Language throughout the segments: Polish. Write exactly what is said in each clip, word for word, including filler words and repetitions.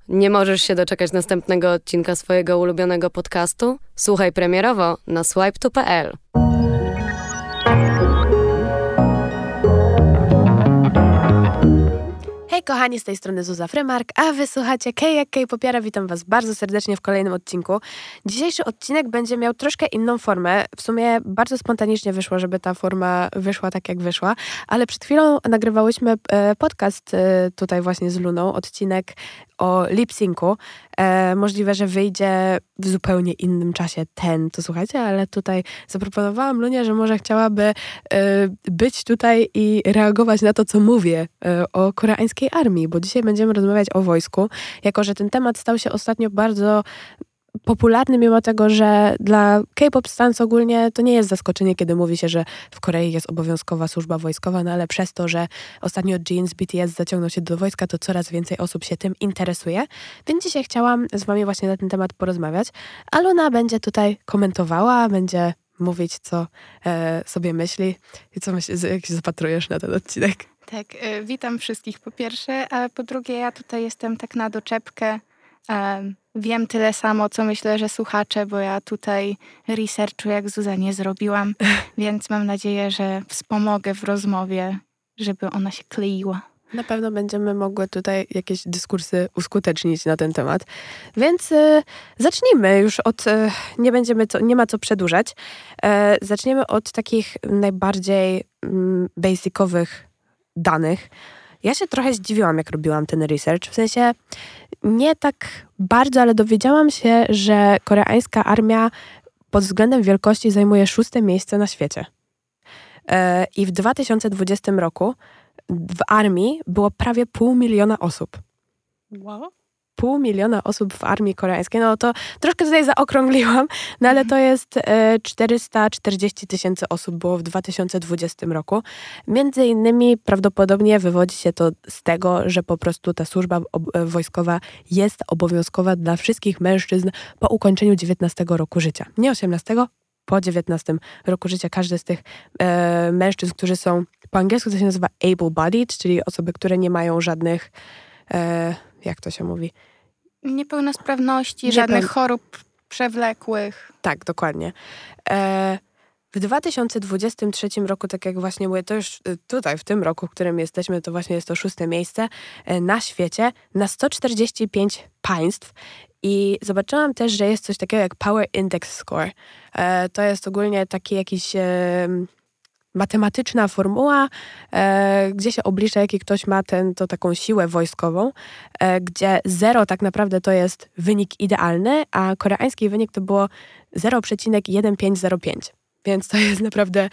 Nie możesz się doczekać następnego odcinka swojego ulubionego podcastu? Słuchaj premierowo na swipe to kropka p l. Hej kochani, z tej strony Zuza Frymark, a wy słuchacie K jak K popiera. Witam was bardzo serdecznie w kolejnym odcinku. Dzisiejszy odcinek będzie miał troszkę inną formę. W sumie bardzo spontanicznie wyszło, żeby ta forma wyszła tak jak wyszła, ale przed chwilą nagrywałyśmy podcast tutaj właśnie z Luną, odcinek o lip-syncu. E, możliwe, że wyjdzie w zupełnie innym czasie ten, to słuchajcie, ale tutaj zaproponowałam Lunie, że może chciałaby e, być tutaj i reagować na to, co mówię e, o koreańskiej armii, bo dzisiaj będziemy rozmawiać o wojsku, jako że ten temat stał się ostatnio bardzo popularny, mimo tego, że dla K-pop stans ogólnie to nie jest zaskoczenie, kiedy mówi się, że w Korei jest obowiązkowa służba wojskowa, no ale przez to, że ostatnio Jin z B T S zaciągnął się do wojska, to coraz więcej osób się tym interesuje. Więc dzisiaj chciałam z wami właśnie na ten temat porozmawiać, a Luna będzie tutaj komentowała, będzie mówić, co e, sobie myśli i co myśli, jak się zapatrujesz na ten odcinek. Tak, y, witam wszystkich po pierwsze, a po drugie ja tutaj jestem tak na doczepkę. Um, wiem tyle samo, co myślę, że słuchacze, bo ja tutaj researchu jak Zuza nie zrobiłam, więc mam nadzieję, że wspomogę w rozmowie, żeby ona się kleiła. Na pewno będziemy mogły tutaj jakieś dyskursy uskutecznić na ten temat. Więc y, zacznijmy już od, y, nie będziemy co, nie ma co przedłużać. Y, zaczniemy od takich najbardziej y, basicowych danych. Ja się trochę zdziwiłam, jak robiłam ten research. W sensie nie tak bardzo, ale dowiedziałam się, że koreańska armia pod względem wielkości zajmuje szóste miejsce na świecie. Yy, I w dwa tysiące dwudziestym roku w armii było prawie pół miliona osób. Wow. Pół miliona osób w armii koreańskiej. No to troszkę tutaj zaokrągliłam, no ale to jest e, czterysta czterdzieści tysięcy osób było w dwa tysiące dwudziestym roku. Między innymi prawdopodobnie wywodzi się to z tego, że po prostu ta służba ob- wojskowa jest obowiązkowa dla wszystkich mężczyzn po ukończeniu dziewiętnastego roku życia. Nie osiemnastego, po dziewiętnastym roku życia. Każdy z tych e, mężczyzn, którzy są, po angielsku to się nazywa able-bodied, czyli osoby, które nie mają żadnych e, jak to się mówi? Niepełnosprawności, Niepeł... żadnych chorób przewlekłych. Tak, dokładnie. E, w dwa tysiące dwudziestym trzecim roku, tak jak właśnie mówię, to już tutaj, w tym roku, w którym jesteśmy, to właśnie jest to szóste miejsce e, na świecie, na sto czterdzieści pięć państw. I zobaczyłam też, że jest coś takiego jak Power Index Score. E, to jest ogólnie taki jakiś... E, matematyczna formuła, e, gdzie się oblicza, jaki ktoś ma ten, to taką siłę wojskową, e, gdzie zero tak naprawdę to jest wynik idealny, a koreański wynik to było zero przecinek tysiąc pięćset pięć. Więc to jest naprawdę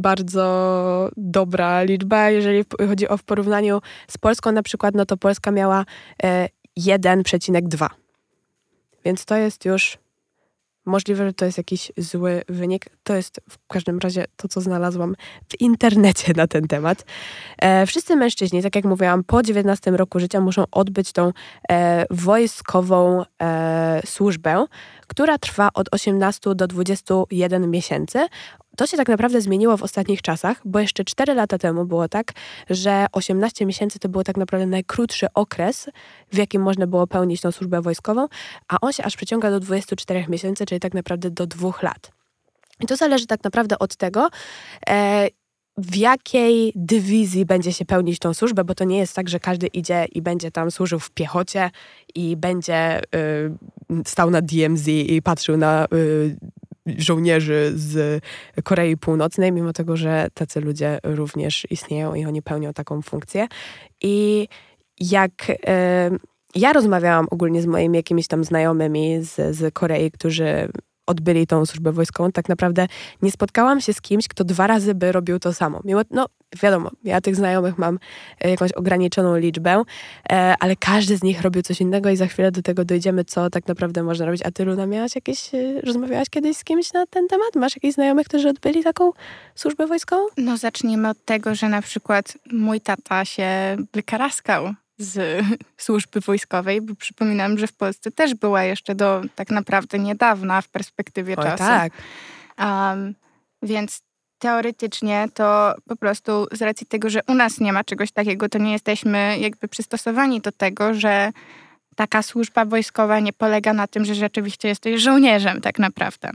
bardzo dobra liczba. Jeżeli chodzi o w porównaniu z Polską na przykład, no to Polska miała e, jeden przecinek dwa. Więc to jest już... Możliwe, że to jest jakiś zły wynik. To jest w każdym razie to, co znalazłam w internecie na ten temat. E, wszyscy mężczyźni, tak jak mówiłam, po dziewiętnastym roku życia muszą odbyć tą e, wojskową e, służbę, która trwa od osiemnastu do dwudziestu jeden miesięcy. To się tak naprawdę zmieniło w ostatnich czasach, bo jeszcze cztery lata temu było tak, że osiemnaście miesięcy to był tak naprawdę najkrótszy okres, w jakim można było pełnić tą służbę wojskową, a on się aż przeciąga do dwudziestu czterech miesięcy, czyli tak naprawdę do dwóch lat. I to zależy tak naprawdę od tego, e, w jakiej dywizji będzie się pełnić tą służbę, bo to nie jest tak, że każdy idzie i będzie tam służył w piechocie i będzie y, stał na D M Z i patrzył na y, żołnierzy z Korei Północnej, mimo tego, że tacy ludzie również istnieją i oni pełnią taką funkcję. I jak y, ja rozmawiałam ogólnie z moimi jakimiś tam znajomymi z, z Korei, którzy odbyli tą służbę wojskową, tak naprawdę nie spotkałam się z kimś, kto dwa razy by robił to samo. Mimo, no wiadomo, ja tych znajomych mam jakąś ograniczoną liczbę, ale każdy z nich robił coś innego i za chwilę do tego dojdziemy, co tak naprawdę można robić. A ty, Luna, miałaś jakieś, rozmawiałaś kiedyś z kimś na ten temat? Masz jakichś znajomych, którzy odbyli taką służbę wojskową? No zacznijmy od tego, że na przykład mój tata się wykaraskał z służby wojskowej, bo przypominam, że w Polsce też była jeszcze do tak naprawdę niedawna w perspektywie Oj, czasu. tak. Um, więc teoretycznie to po prostu z racji tego, że u nas nie ma czegoś takiego, to nie jesteśmy jakby przystosowani do tego, że taka służba wojskowa nie polega na tym, że rzeczywiście jesteś żołnierzem tak naprawdę.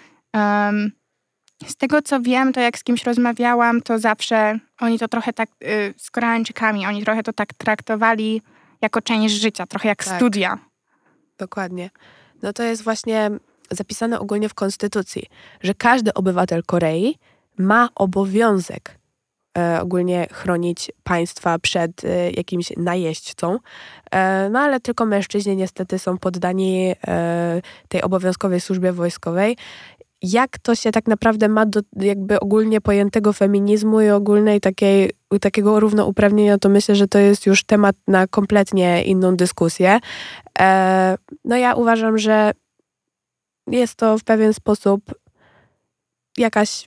Um, z tego co wiem, to jak z kimś rozmawiałam, to zawsze oni to trochę tak, y, z Koreańczykami, oni trochę to tak traktowali jako część życia, trochę jak Tak. studia. Dokładnie. No to jest właśnie zapisane ogólnie w konstytucji, że każdy obywatel Korei ma obowiązek e, ogólnie chronić państwa przed e, jakimś najeźdźcą. E, no ale tylko mężczyźni niestety są poddani e, tej obowiązkowej służbie wojskowej. Jak to się tak naprawdę ma do jakby ogólnie pojętego feminizmu i ogólnej takiej, takiego równouprawnienia, to myślę, że to jest już temat na kompletnie inną dyskusję. E, no ja uważam, że jest to w pewien sposób jakaś,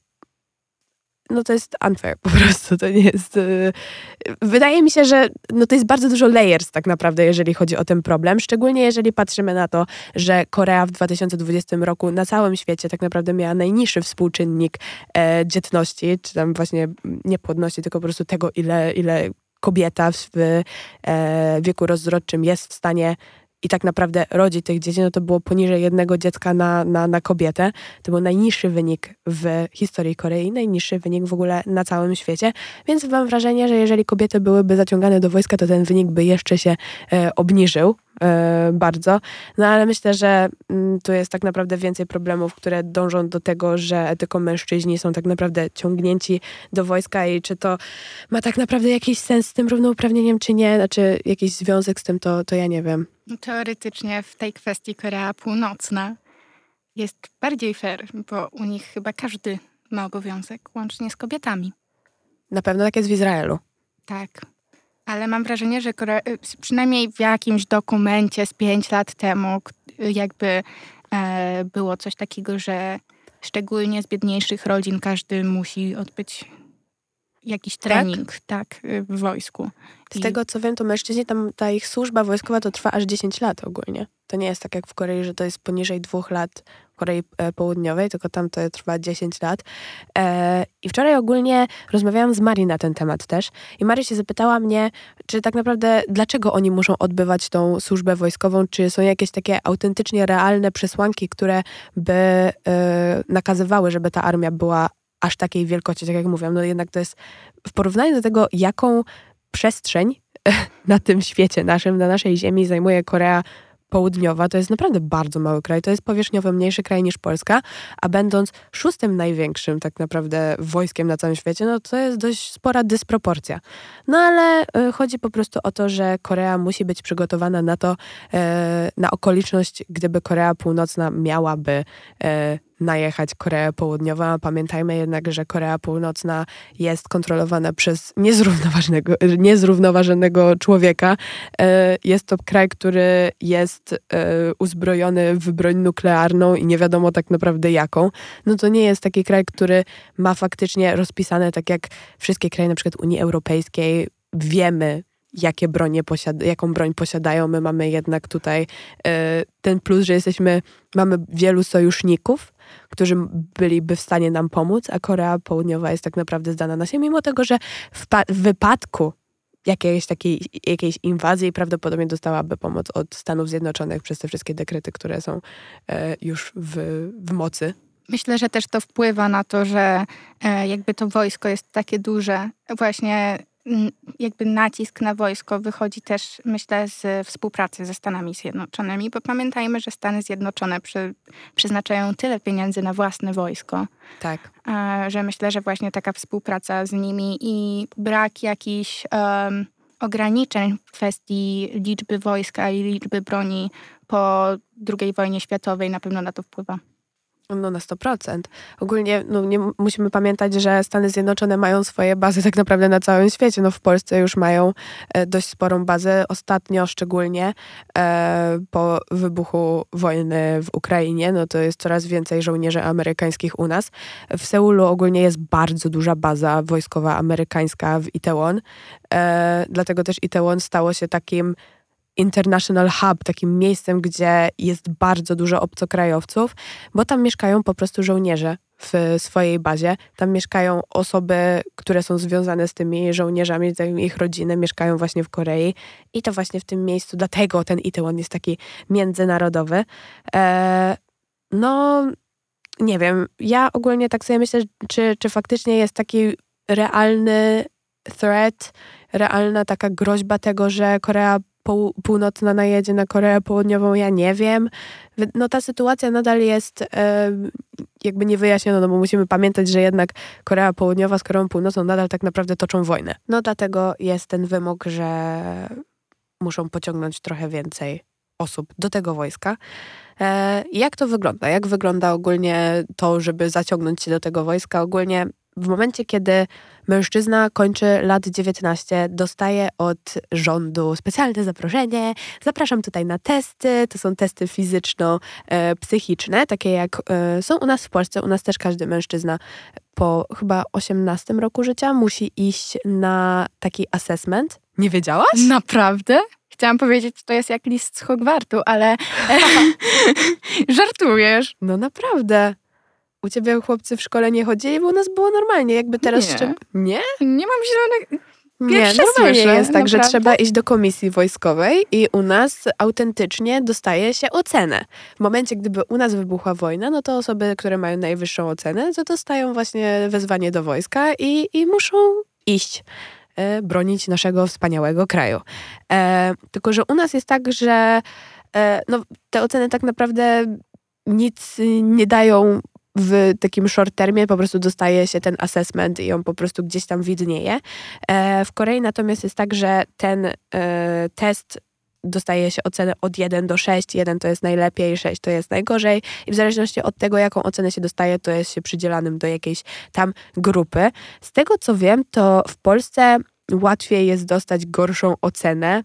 no to jest unfair po prostu, to nie jest... Yy, wydaje mi się, że no to jest bardzo dużo layers tak naprawdę, jeżeli chodzi o ten problem, szczególnie jeżeli patrzymy na to, że Korea w dwa tysiące dwudziestym roku na całym świecie tak naprawdę miała najniższy współczynnik e, dzietności, czy tam właśnie nie płodności, tylko po prostu tego, ile, ile kobieta w e, wieku rozrodczym jest w stanie i tak naprawdę rodzi tych dzieci, no to było poniżej jednego dziecka na, na, na kobietę. To był najniższy wynik w historii Korei, najniższy wynik w ogóle na całym świecie. Więc mam wrażenie, że jeżeli kobiety byłyby zaciągane do wojska, to ten wynik by jeszcze się e, obniżył e, bardzo. No ale myślę, że m, tu jest tak naprawdę więcej problemów, które dążą do tego, że tylko mężczyźni są tak naprawdę ciągnięci do wojska i czy to ma tak naprawdę jakiś sens z tym równouprawnieniem, czy nie, znaczy jakiś związek z tym, to, to ja nie wiem. Teoretycznie w tej kwestii Korea Północna jest bardziej fair, bo u nich chyba każdy ma obowiązek, łącznie z kobietami. Na pewno tak jest w Izraelu. Tak, ale mam wrażenie, że Korea, przynajmniej w jakimś dokumencie z pięć lat temu jakby e, było coś takiego, że szczególnie z biedniejszych rodzin każdy musi odbyć jakiś trening, tak, tak w wojsku. Z I... tego co wiem, to mężczyźni, tam ta ich służba wojskowa to trwa aż dziesięć lat ogólnie. To nie jest tak jak w Korei, że to jest poniżej dwóch lat w Korei Południowej, tylko tam to trwa dziesięć lat. E, I wczoraj ogólnie rozmawiałam z Mari na ten temat też. I Mari się zapytała mnie, czy tak naprawdę dlaczego oni muszą odbywać tą służbę wojskową, czy są jakieś takie autentycznie realne przesłanki, które by e, nakazywały, żeby ta armia była aż takiej wielkości, tak jak mówiłam. No jednak to jest w porównaniu do tego, jaką przestrzeń na tym świecie naszym, na naszej ziemi zajmuje Korea Południowa, to jest naprawdę bardzo mały kraj. To jest powierzchniowo mniejszy kraj niż Polska, a będąc szóstym największym tak naprawdę wojskiem na całym świecie, no to jest dość spora dysproporcja. No ale y, chodzi po prostu o to, że Korea musi być przygotowana na to, y, na okoliczność, gdyby Korea Północna miałaby y, najechać Koreę Południową. Pamiętajmy jednak, że Korea Północna jest kontrolowana przez niezrównoważonego, niezrównoważonego człowieka. Jest to kraj, który jest uzbrojony w broń nuklearną i nie wiadomo tak naprawdę jaką. No to nie jest taki kraj, który ma faktycznie rozpisane, tak jak wszystkie kraje na przykład Unii Europejskiej. Wiemy, jakie bronie posiada, jaką broń posiadają. My mamy jednak tutaj y, ten plus, że jesteśmy, mamy wielu sojuszników, którzy byliby w stanie nam pomóc, a Korea Południowa jest tak naprawdę zdana na siebie, mimo tego, że w, pa- w wypadku jakiejś takiej jakiejś inwazji prawdopodobnie dostałaby pomoc od Stanów Zjednoczonych przez te wszystkie dekrety, które są y, już w, w mocy. Myślę, że też to wpływa na to, że e, jakby to wojsko jest takie duże. Właśnie jakby nacisk na wojsko wychodzi też, myślę, z współpracy ze Stanami Zjednoczonymi, bo pamiętajmy, że Stany Zjednoczone przy, przeznaczają tyle pieniędzy na własne wojsko, tak, że myślę, że właśnie taka współpraca z nimi i brak jakichś um, ograniczeń w kwestii liczby wojska i liczby broni po drugiej wojnie światowej na pewno na to wpływa. No na sto procent. Ogólnie no, nie, musimy pamiętać, że Stany Zjednoczone mają swoje bazy tak naprawdę na całym świecie. No w Polsce już mają e, dość sporą bazę. Ostatnio szczególnie e, po wybuchu wojny w Ukrainie, no to jest coraz więcej żołnierzy amerykańskich u nas. W Seulu ogólnie jest bardzo duża baza wojskowa amerykańska w Itaewon. E, dlatego też Itaewon stało się takim international hub, takim miejscem, gdzie jest bardzo dużo obcokrajowców, bo tam mieszkają po prostu żołnierze w swojej bazie. Tam mieszkają osoby, które są związane z tymi żołnierzami, ich rodziny mieszkają właśnie w Korei i to właśnie w tym miejscu, dlatego ten Itaewon jest taki międzynarodowy. E, no, nie wiem, ja ogólnie tak sobie myślę, czy, czy faktycznie jest taki realny threat, realna taka groźba tego, że Korea Pół, Północna najedzie na Koreę Południową, ja nie wiem. No ta sytuacja nadal jest e, jakby niewyjaśniona, no bo musimy pamiętać, że jednak Korea Południowa z Koreą Północną nadal tak naprawdę toczą wojnę. No dlatego jest ten wymóg, że muszą pociągnąć trochę więcej osób do tego wojska. E, jak to wygląda? Jak wygląda ogólnie to, żeby zaciągnąć się do tego wojska? Ogólnie w momencie, kiedy mężczyzna kończy lat dziewiętnaście, dostaje od rządu specjalne zaproszenie. Zapraszam tutaj na testy. To są testy fizyczno-psychiczne, takie jak są u nas w Polsce. U nas też każdy mężczyzna po chyba osiemnastym roku życia musi iść na taki assessment. Nie wiedziałaś? Naprawdę? Chciałam powiedzieć, że to jest jak list z Hogwartu, ale żartujesz. No naprawdę. U ciebie chłopcy w szkole nie chodzili, bo u nas było normalnie. Jakby teraz... Nie. Szczep... Nie? Nie mam zielonych... Nie, Pierwsze normalnie słyszę, jest tak, naprawdę? że trzeba iść do komisji wojskowej i u nas autentycznie dostaje się ocenę. W momencie, gdyby u nas wybuchła wojna, no to osoby, które mają najwyższą ocenę, to dostają właśnie wezwanie do wojska i, i muszą iść. E, bronić naszego wspaniałego kraju. E, tylko, że u nas jest tak, że e, no, te oceny tak naprawdę nic nie dają w takim short termie, po prostu dostaje się ten assessment i on po prostu gdzieś tam widnieje. E, w Korei natomiast jest tak, że ten e, test dostaje się ocenę od jeden do sześciu. jeden to jest najlepiej, sześć to jest najgorzej. I w zależności od tego, jaką ocenę się dostaje, to jest się przydzielanym do jakiejś tam grupy. Z tego, co wiem, to w Polsce łatwiej jest dostać gorszą ocenę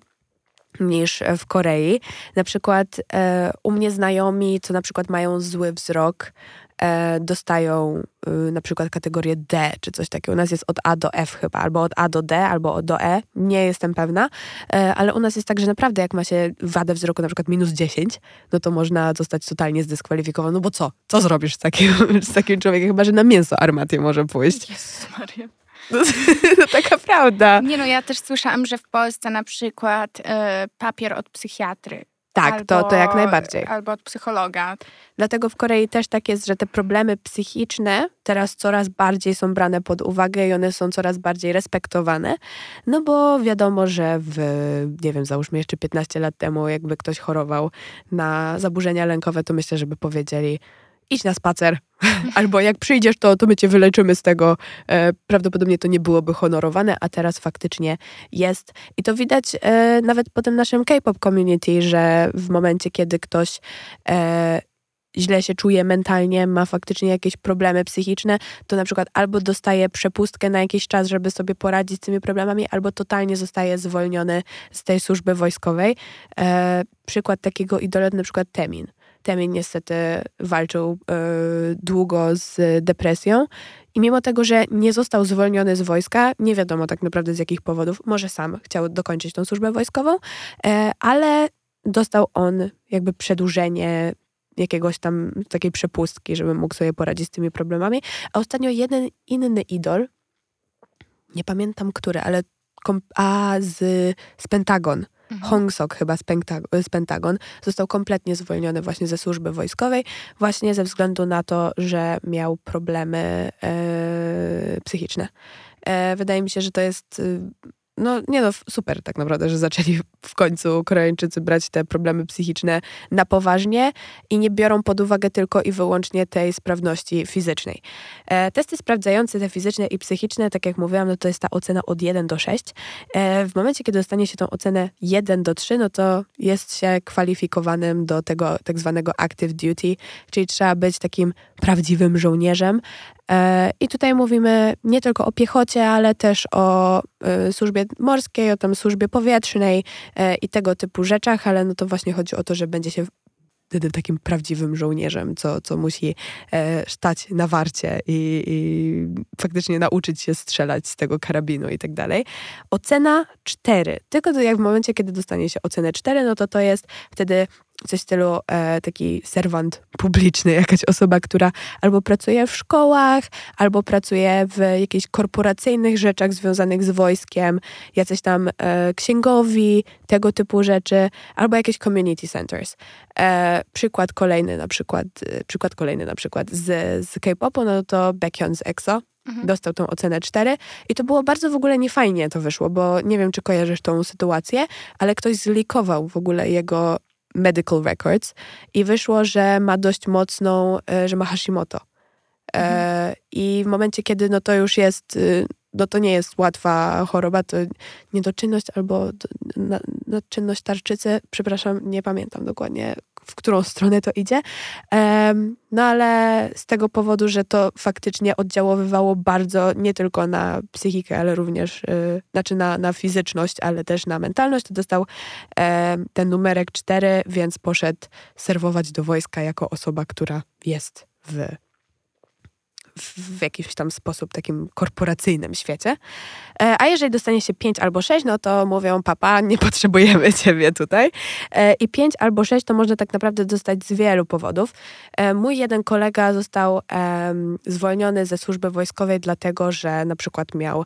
niż w Korei. Na przykład e, u mnie znajomi, co na przykład mają zły wzrok, e, dostają e, na przykład kategorię D, czy coś takiego. U nas jest od A do F chyba, albo od A do D, albo do E. Nie jestem pewna, e, ale u nas jest tak, że naprawdę jak ma się wadę wzroku na przykład minus dziesięć, no to można zostać totalnie zdyskwalifikowaną. No bo co? Co zrobisz z takim, z takim człowiekiem? Chyba, że na mięso armatie może pójść. Jezus Maria. No, no taka prawda. Nie no, ja też słyszałam, że w Polsce na przykład y, papier od psychiatry. Tak, albo, to, to jak najbardziej. Albo od psychologa. Dlatego w Korei też tak jest, że te problemy psychiczne teraz coraz bardziej są brane pod uwagę i one są coraz bardziej respektowane. No bo wiadomo, że w, nie wiem, załóżmy jeszcze piętnaście lat temu, jakby ktoś chorował na zaburzenia lękowe, to myślę, żeby powiedzieli: idź na spacer, albo jak przyjdziesz, to, to my cię wyleczymy z tego. E, prawdopodobnie to nie byłoby honorowane, a teraz faktycznie jest. I to widać e, nawet po tym naszym K-pop community, że w momencie, kiedy ktoś e, źle się czuje mentalnie, ma faktycznie jakieś problemy psychiczne, to na przykład albo dostaje przepustkę na jakiś czas, żeby sobie poradzić z tymi problemami, albo totalnie zostaje zwolniony z tej służby wojskowej. E, przykład takiego idola na przykład Temin. Temin niestety walczył y, długo z depresją i mimo tego, że nie został zwolniony z wojska, nie wiadomo tak naprawdę z jakich powodów, może sam chciał dokończyć tą służbę wojskową, e, ale dostał on jakby przedłużenie jakiegoś tam takiej przepustki, żeby mógł sobie poradzić z tymi problemami. A ostatnio jeden inny idol, nie pamiętam który, ale kom- a z, z Pentagon, Hong Sok chyba z, Penta- z Pentagon, został kompletnie zwolniony właśnie ze służby wojskowej, właśnie ze względu na to, że miał problemy e, psychiczne. E, wydaje mi się, że to jest... E, No nie no, super tak naprawdę, że zaczęli w końcu Koreańczycy brać te problemy psychiczne na poważnie i nie biorą pod uwagę tylko i wyłącznie tej sprawności fizycznej. E, testy sprawdzające te fizyczne i psychiczne, tak jak mówiłam, no to jest ta ocena od jeden do sześciu. E, w momencie, kiedy dostanie się tą ocenę jeden do trzech, no to jest się kwalifikowanym do tego tak zwanego active duty, czyli trzeba być takim prawdziwym żołnierzem. I tutaj mówimy nie tylko o piechocie, ale też o y, służbie morskiej, o tam służbie powietrznej y, i tego typu rzeczach, ale no to właśnie chodzi o to, że będzie się wtedy takim prawdziwym żołnierzem, co, co musi e, stać na warcie i, i faktycznie nauczyć się strzelać z tego karabinu i tak dalej. Ocena cztery. Tylko to jak w momencie, kiedy dostanie się ocenę cztery, no to to jest wtedy coś w stylu e, taki serwant publiczny, jakaś osoba, która albo pracuje w szkołach, albo pracuje w jakichś korporacyjnych rzeczach związanych z wojskiem, jacyś tam e, księgowi, tego typu rzeczy, albo jakieś community centers. E, przykład kolejny na przykład, e, przykład kolejny na przykład z, z K-popu, no to Baekhyun z EXO. Mhm. Dostał tą ocenę cztery i to było bardzo w ogóle niefajnie to wyszło, bo nie wiem, czy kojarzysz tą sytuację, ale ktoś zlikował w ogóle jego medical records i wyszło, że ma dość mocną, że ma Hashimoto. Mhm. E, I w momencie, kiedy no to już jest, no to nie jest łatwa choroba, to niedoczynność albo na, nadczynność tarczycy, przepraszam, nie pamiętam dokładnie, w którą stronę to idzie. E, no ale z tego powodu, że to faktycznie oddziaływało bardzo nie tylko na psychikę, ale również, y, znaczy na, na fizyczność, ale też na mentalność, to dostał e, ten numerek cztery, więc poszedł serwować do wojska jako osoba, która jest w w jakiś tam sposób takim korporacyjnym świecie. A jeżeli dostanie się pięć albo sześć, no to mówią, papa, nie potrzebujemy ciebie tutaj. I pięć albo sześć to można tak naprawdę dostać z wielu powodów. Mój jeden kolega został um, zwolniony ze służby wojskowej dlatego, że na przykład miał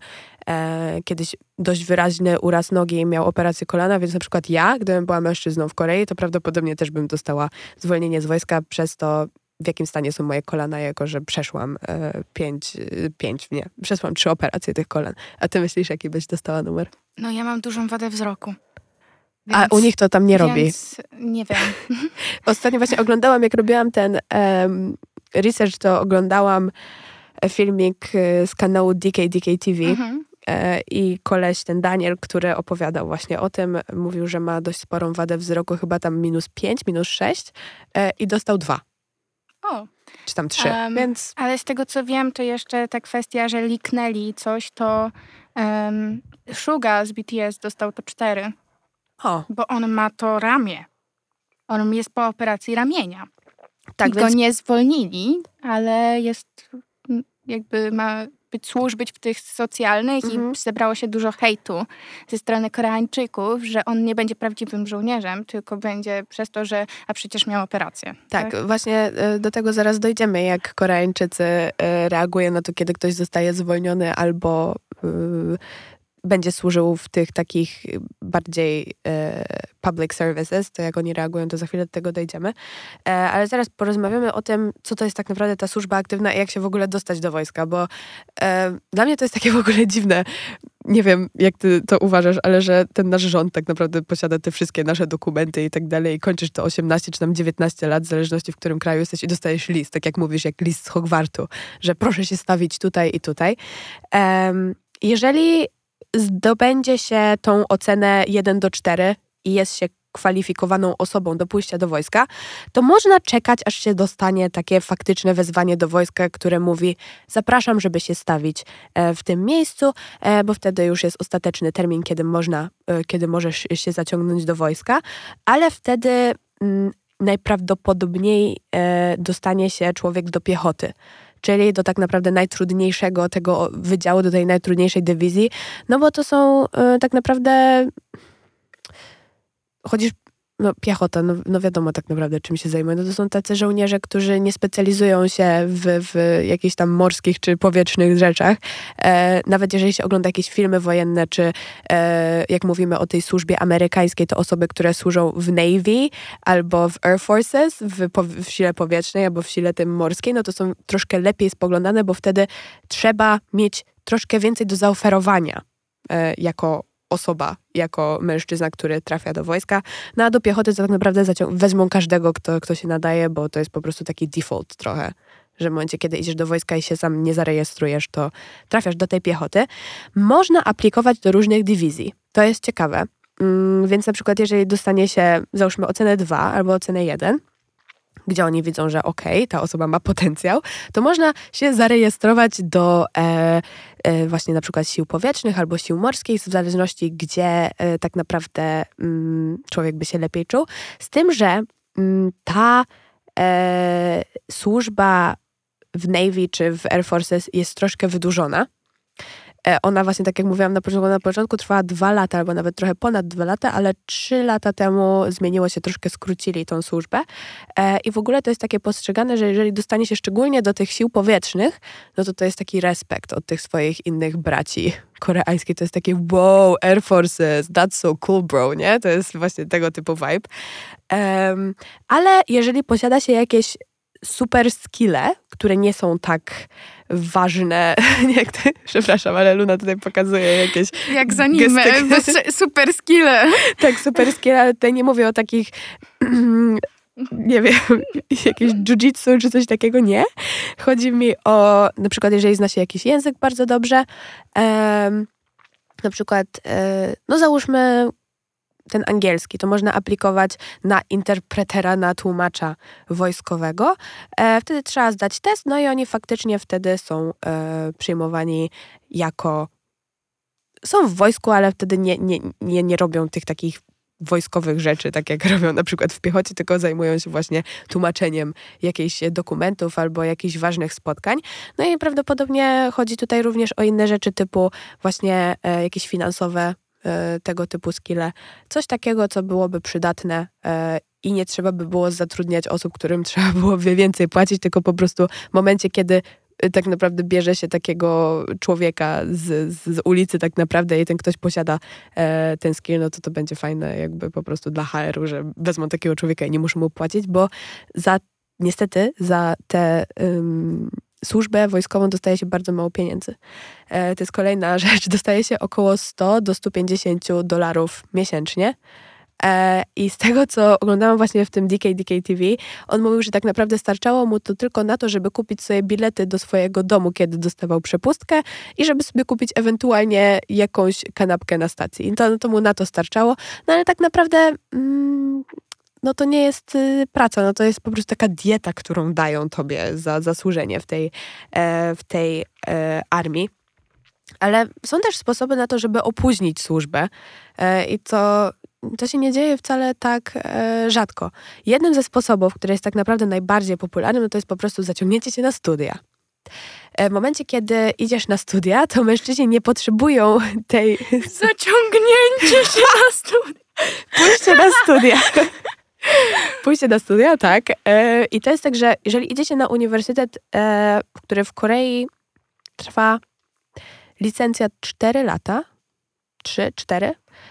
e, kiedyś dość wyraźny uraz nogi i miał operację kolana, więc na przykład ja, gdybym była mężczyzną w Korei, to prawdopodobnie też bym dostała zwolnienie z wojska przez to, w jakim stanie są moje kolana, jako że przeszłam e, pięć, pięć, nie, przeszłam trzy operacje tych kolan. A ty myślisz, jaki byś dostała numer? No ja mam dużą wadę wzroku. Więc, A u nich to tam nie robi. Więc nie wiem. Ostatnio właśnie oglądałam, jak robiłam ten um, research, to oglądałam filmik z kanału D K D K T V. Mhm. I koleś, ten Daniel, który opowiadał właśnie o tym, mówił, że ma dość sporą wadę wzroku, chyba tam minus pięć, minus sześć i dostał dwa. O. Czy tam trzy, um, więc... Ale z tego, co wiem, to jeszcze ta kwestia, że liknęli coś, to um, Suga z B T S dostał to cztery. O. Bo on ma to ramię. On jest po operacji ramienia. Tak, I więc... go nie zwolnili, ale jest jakby ma być służby w tych socjalnych mhm. i zebrało się dużo hejtu ze strony Koreańczyków, że on nie będzie prawdziwym żołnierzem, tylko będzie przez to, że a przecież miał operację. Tak, tak? Właśnie do tego zaraz dojdziemy, jak Koreańczycy reagują na to, kiedy ktoś zostaje zwolniony albo yy, będzie służył w tych takich bardziej e, public services, to jak oni reagują, to za chwilę do tego dojdziemy. E, ale zaraz porozmawiamy o tym, co to jest tak naprawdę ta służba aktywna i jak się w ogóle dostać do wojska, bo e, dla mnie to jest takie w ogóle dziwne. Nie wiem, jak ty to uważasz, ale że ten nasz rząd tak naprawdę posiada te wszystkie nasze dokumenty i tak dalej i kończysz to osiemnaście czy tam dziewiętnaście lat, w zależności w którym kraju jesteś i dostajesz list, tak jak mówisz, jak list z Hogwartu, że proszę się stawić tutaj i tutaj. E, jeżeli zdobędzie się tą ocenę jeden do czterech i jest się kwalifikowaną osobą do pójścia do wojska, to można czekać, aż się dostanie takie faktyczne wezwanie do wojska, które mówi, zapraszam, żeby się stawić w tym miejscu, bo wtedy już jest ostateczny termin, kiedy można, kiedy możesz się zaciągnąć do wojska, ale wtedy mm, najprawdopodobniej dostanie się człowiek do piechoty. Czyli do tak naprawdę najtrudniejszego tego wydziału, do tej najtrudniejszej dywizji, no bo to są y, tak naprawdę, chodzisz, no piechota, no, no wiadomo tak naprawdę czym się zajmuje, no to są tacy żołnierze, którzy nie specjalizują się w, w jakichś tam morskich czy powietrznych rzeczach, e, nawet jeżeli się ogląda jakieś filmy wojenne, czy e, jak mówimy o tej służbie amerykańskiej, to osoby, które służą w Navy albo w Air Forces, w, w sile powietrznej albo w sile tym morskiej, no to są troszkę lepiej spoglądane, bo wtedy trzeba mieć troszkę więcej do zaoferowania e, jako osoba, jako mężczyzna, który trafia do wojska. No a do piechoty to tak naprawdę zacią- wezmą każdego, kto, kto się nadaje, bo to jest po prostu taki default trochę, że w momencie, kiedy idziesz do wojska i się sam nie zarejestrujesz, to trafiasz do tej piechoty. Można aplikować do różnych dywizji. To jest ciekawe. Mm, więc na przykład jeżeli dostanie się, załóżmy ocenę dwa albo ocenę jeden, gdzie oni widzą, że okej, okay, ta osoba ma potencjał, to można się zarejestrować do e, e, właśnie na przykład sił powietrznych albo sił morskich, w zależności gdzie e, tak naprawdę mm, człowiek by się lepiej czuł. Z tym, że ta e, służba w Navy czy w Air Forces jest troszkę wydłużona. Ona właśnie, tak jak mówiłam na początku, na początku trwała dwa lata, albo nawet trochę ponad dwa lata, ale trzy lata temu zmieniło się, troszkę skrócili tą służbę. I w ogóle to jest takie postrzegane, że jeżeli dostanie się szczególnie do tych sił powietrznych, no to to jest taki respekt od tych swoich innych braci koreańskich. To jest takie wow, Air Forces, that's so cool bro, nie? To jest właśnie tego typu vibe. Um, ale jeżeli posiada się jakieś super skille, które nie są tak ważne, jak ty, przepraszam, ale Luna tutaj pokazuje jakieś jak z anime, super skille. Tak, super skille, ale tutaj nie mówię o takich nie wiem, jakieś jiu-jitsu czy coś takiego, nie. Chodzi mi o, na przykład jeżeli zna się jakiś język bardzo dobrze, um, na przykład, um, no załóżmy ten angielski, to można aplikować na interpretera, na tłumacza wojskowego. E, wtedy trzeba zdać test, no i oni faktycznie wtedy są e, przyjmowani jako... Są w wojsku, ale wtedy nie, nie, nie, nie robią tych takich wojskowych rzeczy, tak jak robią na przykład w piechocie, tylko zajmują się właśnie tłumaczeniem jakichś dokumentów albo jakichś ważnych spotkań. No i prawdopodobnie chodzi tutaj również o inne rzeczy typu właśnie e, jakieś finansowe, tego typu skille. Coś takiego, co byłoby przydatne e, i nie trzeba by było zatrudniać osób, którym trzeba byłoby więcej płacić, tylko po prostu w momencie, kiedy tak naprawdę bierze się takiego człowieka z, z ulicy tak naprawdę i ten ktoś posiada e, ten skill, no to to będzie fajne jakby po prostu dla H R u, że wezmą takiego człowieka i nie muszą mu płacić, bo za niestety za te um, służbę wojskową dostaje się bardzo mało pieniędzy. E, to jest kolejna rzecz. Dostaje się około sto do stu pięćdziesięciu dolarów miesięcznie. E, I z tego, co oglądałam właśnie w tym D K D K T V, on mówił, że tak naprawdę starczało mu to tylko na to, żeby kupić sobie bilety do swojego domu, kiedy dostawał przepustkę i żeby sobie kupić ewentualnie jakąś kanapkę na stacji. I to, to mu na to starczało. No ale tak naprawdę... Mm, no to nie jest y, praca, no to jest po prostu taka dieta, którą dają tobie za zasłużenie w tej, e, w tej e, armii. Ale są też sposoby na to, żeby opóźnić służbę e, i to, to się nie dzieje wcale tak e, rzadko. Jednym ze sposobów, który jest tak naprawdę najbardziej popularnym, no to jest po prostu zaciągnięcie cię na studia. W momencie, kiedy idziesz na studia, to mężczyźni nie potrzebują tej... Zaciągnięcie się na studia. Pójście na studia. Pójście na studia, tak. E, I to jest tak, że jeżeli idziecie na uniwersytet, e, który w Korei trwa licencja cztery lata, trzy, cztery,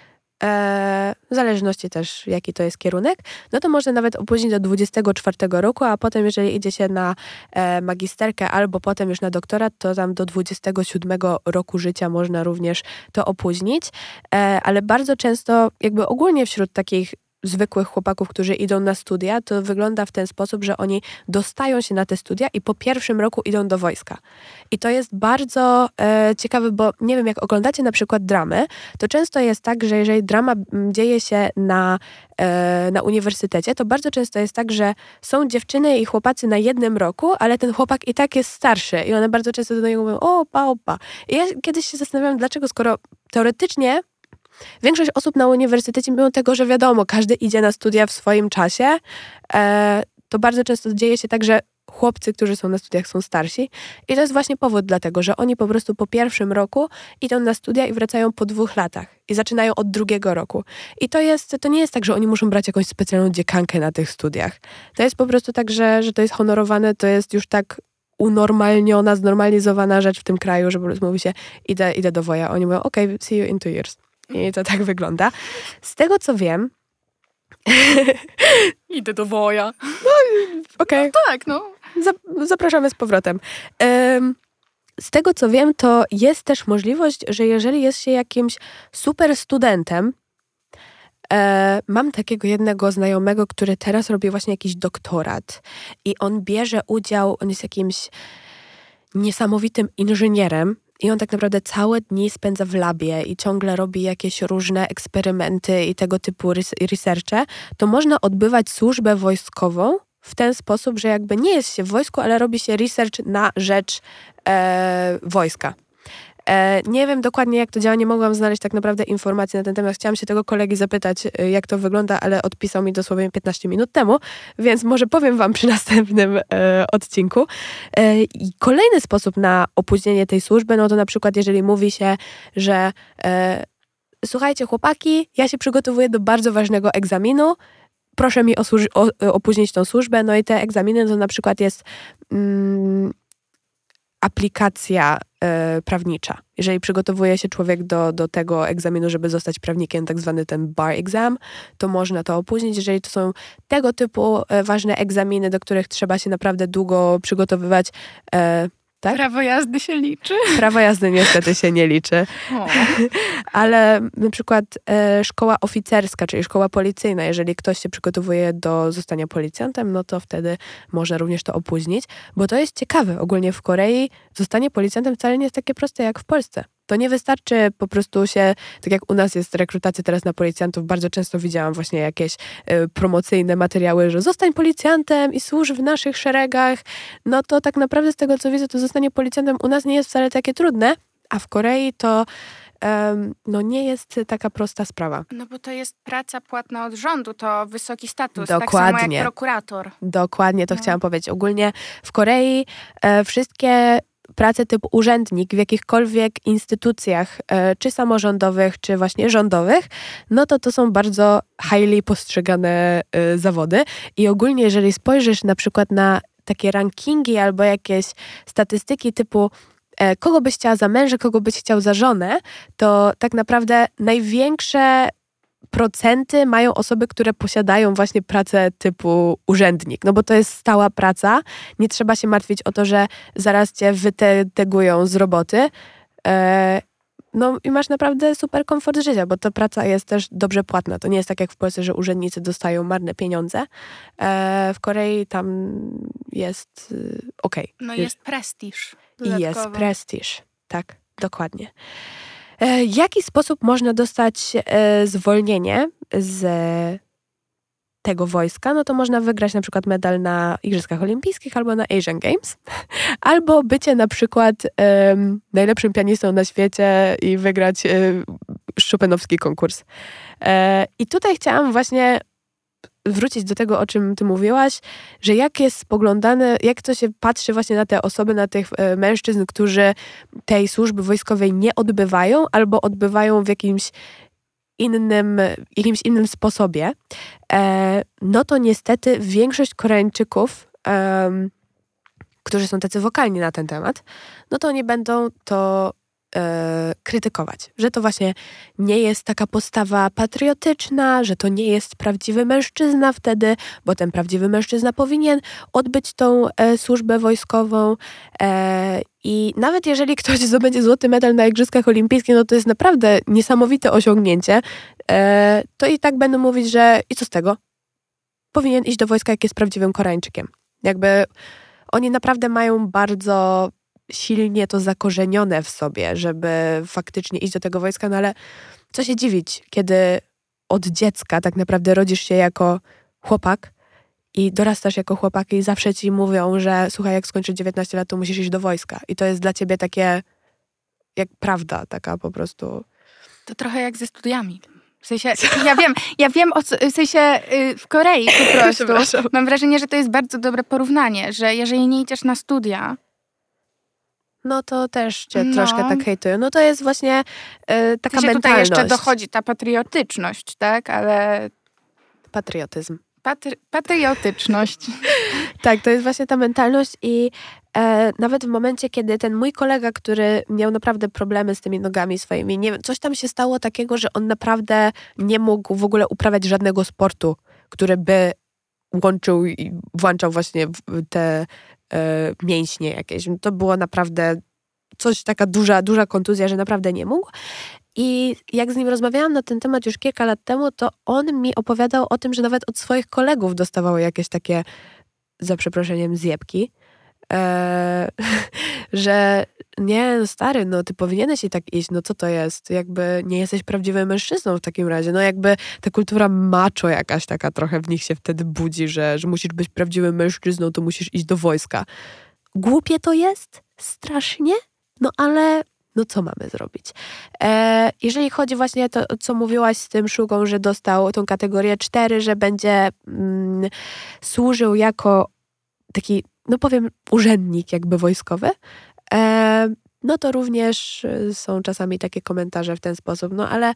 e, w zależności też jaki to jest kierunek, no to można nawet opóźnić do dwudziestego czwartego roku, a potem jeżeli idzie się na e, magisterkę albo potem już na doktorat, to tam do dwudziestego siódmego roku życia można również to opóźnić, e, ale bardzo często jakby ogólnie wśród takich zwykłych chłopaków, którzy idą na studia, to wygląda w ten sposób, że oni dostają się na te studia i po pierwszym roku idą do wojska. I to jest bardzo e, ciekawe, bo nie wiem, jak oglądacie na przykład dramy, to często jest tak, że jeżeli drama dzieje się na, e, na uniwersytecie, to bardzo często jest tak, że są dziewczyny i chłopacy na jednym roku, ale ten chłopak i tak jest starszy i one bardzo często do niego mówią, opa, opa. I ja kiedyś się zastanawiam, dlaczego, skoro teoretycznie większość osób na uniwersytecie, mimo tego, że wiadomo, każdy idzie na studia w swoim czasie, e, to bardzo często dzieje się tak, że chłopcy, którzy są na studiach, są starsi. I to jest właśnie powód dlatego, że oni po prostu po pierwszym roku idą na studia i wracają po dwóch latach. I zaczynają od drugiego roku. I to jest, to nie jest tak, że oni muszą brać jakąś specjalną dziekankę na tych studiach. To jest po prostu tak, że, że to jest honorowane, to jest już tak unormalniona, znormalizowana rzecz w tym kraju, że po prostu mówi się, idę, idę do woja. Oni mówią, okej, okay, see you in two years. I to tak wygląda. Z tego, co wiem... Idę do woja. No, okej. Okay. No tak, no. Zapraszamy z powrotem. Um, z tego, co wiem, to jest też możliwość, że jeżeli jest się jakimś super studentem, e, mam takiego jednego znajomego, który teraz robi właśnie jakiś doktorat i on bierze udział, on jest jakimś niesamowitym inżynierem, i on tak naprawdę całe dni spędza w labie i ciągle robi jakieś różne eksperymenty i tego typu researche, to można odbywać służbę wojskową w ten sposób, że jakby nie jest się w wojsku, ale robi się research na rzecz e, wojska. E, nie wiem dokładnie, jak to działa, nie mogłam znaleźć tak naprawdę informacji na ten temat. Chciałam się tego kolegi zapytać, jak to wygląda, ale odpisał mi dosłownie piętnaście minut temu, więc może powiem wam przy następnym e, odcinku. E, I kolejny sposób na opóźnienie tej służby, no to na przykład jeżeli mówi się, że e, słuchajcie chłopaki, ja się przygotowuję do bardzo ważnego egzaminu, proszę mi osłuż- o, opóźnić tą służbę, no i te egzaminy to na przykład jest mm, aplikacja e, prawnicza. Jeżeli przygotowuje się człowiek do, do tego egzaminu, żeby zostać prawnikiem, tak zwany ten bar exam, to można to opóźnić. Jeżeli to są tego typu e, ważne egzaminy, do których trzeba się naprawdę długo przygotowywać, e, tak? Prawo jazdy się liczy? Prawo jazdy niestety się nie liczy. O. Ale na przykład e, szkoła oficerska, czyli szkoła policyjna, jeżeli ktoś się przygotowuje do zostania policjantem, no to wtedy można również to opóźnić, bo to jest ciekawe. Ogólnie w Korei zostanie policjantem wcale nie jest takie proste jak w Polsce. To nie wystarczy po prostu się, tak jak u nas jest rekrutacja teraz na policjantów, bardzo często widziałam właśnie jakieś y, promocyjne materiały, że zostań policjantem i służ w naszych szeregach. No to tak naprawdę z tego co widzę, to zostanie policjantem u nas nie jest wcale takie trudne, a w Korei to um, no nie jest taka prosta sprawa. No bo to jest praca płatna od rządu, to wysoki status, Dokładnie. tak samo jak prokurator. Dokładnie to No. chciałam powiedzieć. Ogólnie w Korei e, wszystkie prace typu urzędnik w jakichkolwiek instytucjach, e, czy samorządowych, czy właśnie rządowych, no to to są bardzo highly postrzegane e, zawody. I ogólnie jeżeli spojrzysz na przykład na takie rankingi albo jakieś statystyki typu e, kogo byś chciała za męża, kogo byś chciał za żonę, to tak naprawdę największe procenty mają osoby, które posiadają właśnie pracę typu urzędnik, no bo to jest stała praca, nie trzeba się martwić o to, że zaraz cię wytegują z roboty, e, no i masz naprawdę super komfort życia, bo ta praca jest też dobrze płatna, to nie jest tak jak w Polsce, że urzędnicy dostają marne pieniądze, e, w Korei tam jest y, okej. Okay. No jest prestiż. I jest prestiż, tak, dokładnie. W jaki sposób można dostać e, zwolnienie z tego wojska? No to można wygrać na przykład medal na Igrzyskach Olimpijskich albo na Asian Games. Albo bycie na przykład e, najlepszym pianistą na świecie i wygrać e, Chopinowski konkurs. E, I tutaj chciałam właśnie wrócić do tego, o czym ty mówiłaś, że jak jest spoglądane, jak to się patrzy właśnie na te osoby, na tych e, mężczyzn, którzy tej służby wojskowej nie odbywają albo odbywają w jakimś innym, jakimś innym sposobie, e, no to niestety większość Koreańczyków, e, którzy są tacy wokalni na ten temat, no to oni będą to e, krytykować, że to właśnie nie jest taka postawa patriotyczna, że to nie jest prawdziwy mężczyzna wtedy, bo ten prawdziwy mężczyzna powinien odbyć tą e, służbę wojskową e, i nawet jeżeli ktoś zdobędzie złoty medal na Igrzyskach Olimpijskich, no to jest naprawdę niesamowite osiągnięcie, e, to i tak będą mówić, że i co z tego? Powinien iść do wojska, jak jest prawdziwym Koreańczykiem. Jakby oni naprawdę mają bardzo silnie to zakorzenione w sobie, żeby faktycznie iść do tego wojska, no ale co się dziwić, kiedy od dziecka tak naprawdę rodzisz się jako chłopak i dorastasz jako chłopak i zawsze ci mówią, że słuchaj, jak skończysz dziewiętnaście lat, to musisz iść do wojska. I to jest dla ciebie takie jak prawda, taka po prostu. To trochę jak ze studiami. W sensie, ja wiem, ja wiem o co, w sensie w Korei po prostu. Mam wrażenie, że to jest bardzo dobre porównanie, że jeżeli nie idziesz na studia, no to też cię no. troszkę tak hejtują. No to jest właśnie y, taka w sensie mentalność. Tutaj jeszcze dochodzi ta patriotyczność, tak? Ale... Patriotyzm. Patri- patriotyczność. Tak, to jest właśnie ta mentalność i e, nawet w momencie, kiedy ten mój kolega, który miał naprawdę problemy z tymi nogami swoimi, nie, coś tam się stało takiego, że on naprawdę nie mógł w ogóle uprawiać żadnego sportu, który by łączył i włączał właśnie te e, mięśnie jakieś. To było naprawdę coś, taka duża, duża kontuzja, że naprawdę nie mógł. I jak z nim rozmawiałam na ten temat już kilka lat temu, to on mi opowiadał o tym, że nawet od swoich kolegów dostawały jakieś takie, za przeproszeniem, zjebki. Eee, że nie, no stary, no ty powinieneś i tak iść, no co to jest? Jakby nie jesteś prawdziwym mężczyzną w takim razie. No jakby ta kultura macho jakaś taka trochę w nich się wtedy budzi, że, że musisz być prawdziwym mężczyzną, to musisz iść do wojska. Głupie to jest? Strasznie? No ale no co mamy zrobić? E, jeżeli chodzi właśnie o to, co mówiłaś z tym Szugą, że dostał tą kategorię cztery, że będzie mm, służył jako taki, no powiem, urzędnik jakby wojskowy, e, no to również są czasami takie komentarze w ten sposób, no ale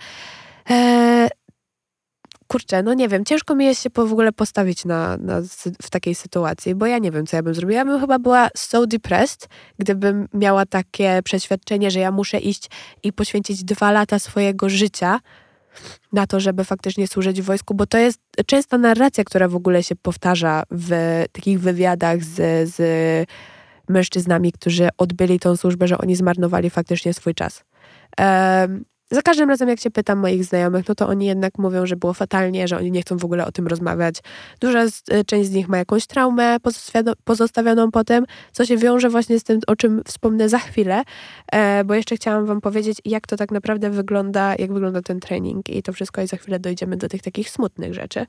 e, kurczę, no nie wiem, ciężko mi jest się po, w ogóle postawić na, na, w takiej sytuacji, bo ja nie wiem, co ja bym zrobiła. Ja bym chyba była so depressed, gdybym miała takie przeświadczenie, że ja muszę iść i poświęcić dwa lata swojego życia na to, żeby faktycznie służyć w wojsku, bo to jest częsta narracja, która w ogóle się powtarza w takich wywiadach z, z mężczyznami, którzy odbyli tą służbę, że oni zmarnowali faktycznie swój czas. Um, Za każdym razem, jak się pytam moich znajomych, no to oni jednak mówią, że było fatalnie, że oni nie chcą w ogóle o tym rozmawiać. Duża z, część z nich ma jakąś traumę pozostawioną po tym, co się wiąże właśnie z tym, o czym wspomnę za chwilę, e, bo jeszcze chciałam wam powiedzieć, jak to tak naprawdę wygląda, jak wygląda ten trening i to wszystko i za chwilę dojdziemy do tych takich smutnych rzeczy.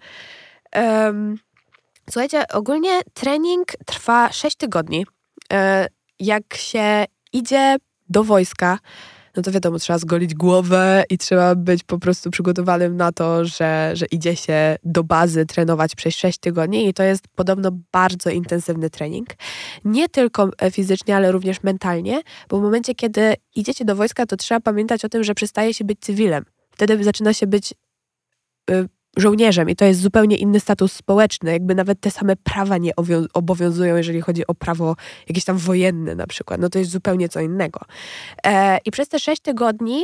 Um, słuchajcie, ogólnie trening trwa sześć tygodni. E, jak się idzie do wojska, no to wiadomo, trzeba zgolić głowę i trzeba być po prostu przygotowanym na to, że, że idzie się do bazy trenować przez sześć tygodni i to jest podobno bardzo intensywny trening. Nie tylko fizycznie, ale również mentalnie, bo w momencie, kiedy idziecie do wojska, to trzeba pamiętać o tym, że przestaje się być cywilem. Wtedy zaczyna się być y, żołnierzem i to jest zupełnie inny status społeczny. Jakby nawet te same prawa nie obowiązują, jeżeli chodzi o prawo jakieś tam wojenne na przykład. No to jest zupełnie co innego. E, I przez te sześć tygodni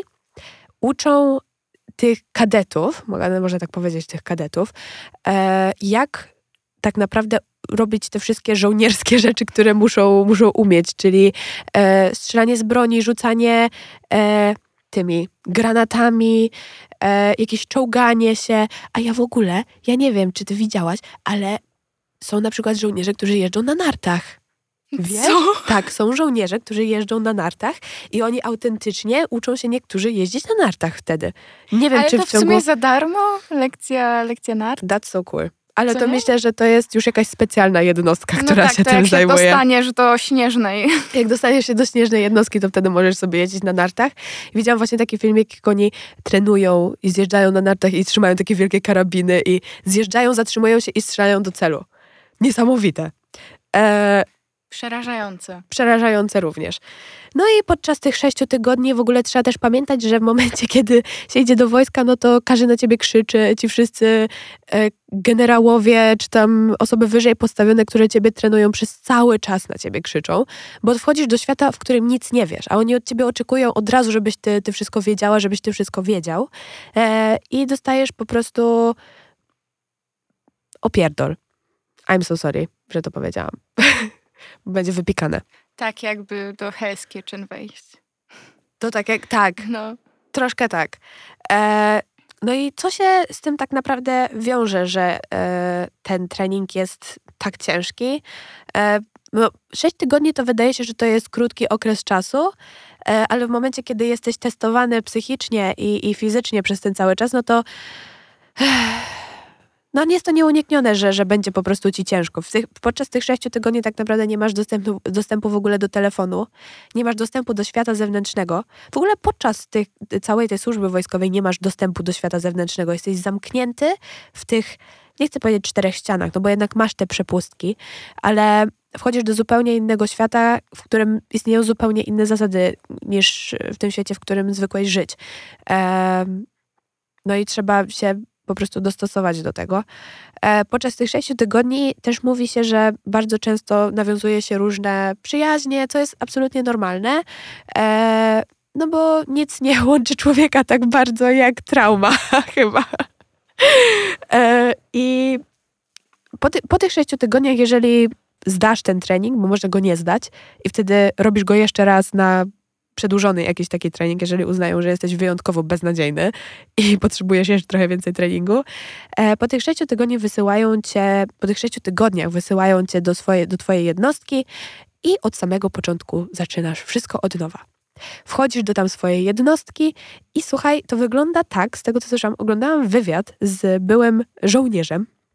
uczą tych kadetów, mogę może tak powiedzieć, tych kadetów, e, jak tak naprawdę robić te wszystkie żołnierskie rzeczy, które muszą, muszą umieć, czyli e, strzelanie z broni, rzucanie e, tymi granatami, e, jakieś czołganie się, a ja w ogóle, ja nie wiem, czy ty widziałaś, ale są na przykład żołnierze, którzy jeżdżą na nartach. Wiesz? Co? Tak, są żołnierze, którzy jeżdżą na nartach i oni autentycznie uczą się niektórzy jeździć na nartach wtedy. Nie wiem, Ale czy to w w ciągu... sumie za darmo? Lekcja, lekcja nart? That's so cool. Ale Co to nie? myślę, że to jest już jakaś specjalna jednostka, która no tak, się to tym jak się zajmuje. dostaniesz do Śnieżnej. Jak dostaniesz się do Śnieżnej jednostki, to wtedy możesz sobie jeździć na nartach. Widziałam właśnie taki filmik, jak oni trenują i zjeżdżają na nartach i trzymają takie wielkie karabiny i zjeżdżają, zatrzymują się i strzelają do celu. Niesamowite. E, Przerażające. Przerażające również. No i podczas tych sześciu tygodni w ogóle trzeba też pamiętać, że w momencie, kiedy się idzie do wojska, no to każdy na ciebie krzyczy, ci wszyscy e, generałowie, czy tam osoby wyżej postawione, które ciebie trenują, przez cały czas na ciebie krzyczą, bo wchodzisz do świata, w którym nic nie wiesz, a oni od ciebie oczekują od razu, żebyś ty, ty wszystko wiedziała, żebyś ty wszystko wiedział e, i dostajesz po prostu opierdol. I'm so sorry, że to powiedziałam. Będzie wypikane. Tak jakby do Hell's Kitchen wejść. To tak jak, tak, No. troszkę tak. E, no i co się z tym tak naprawdę wiąże, że e, ten trening jest tak ciężki? E, no, sześć tygodni to wydaje się, że to jest krótki okres czasu, e, ale w momencie, kiedy jesteś testowany psychicznie i, i fizycznie przez ten cały czas, no to no jest to nieuniknione, że, że będzie po prostu ci ciężko. W tych, podczas tych sześciu tygodni tak naprawdę nie masz dostępu, dostępu w ogóle do telefonu, nie masz dostępu do świata zewnętrznego. W ogóle podczas tych, całej tej służby wojskowej nie masz dostępu do świata zewnętrznego. Jesteś zamknięty w tych, nie chcę powiedzieć czterech ścianach, no bo jednak masz te przepustki, ale wchodzisz do zupełnie innego świata, w którym istnieją zupełnie inne zasady niż w tym świecie, w którym zwykłeś żyć. Ehm, no i trzeba się po prostu dostosować do tego. E, podczas tych sześciu tygodni też mówi się, że bardzo często nawiązuje się różne przyjaźnie, co jest absolutnie normalne, e, no bo nic nie łączy człowieka tak bardzo jak trauma chyba. E, I po, ty, po tych sześciu tygodniach, jeżeli zdasz ten trening, bo można go nie zdać i wtedy robisz go jeszcze raz na przedłużony jakiś taki trening, jeżeli uznają, że jesteś wyjątkowo beznadziejny i potrzebujesz jeszcze trochę więcej treningu. E, po tych sześciu tygodniach wysyłają cię, po tych sześciu tygodniach wysyłają cię do, swoje, do twojej jednostki i od samego początku zaczynasz wszystko od nowa. Wchodzisz do tam swojej jednostki i słuchaj, to wygląda tak, z tego co słyszałam, oglądałam wywiad z byłym żołnierzem,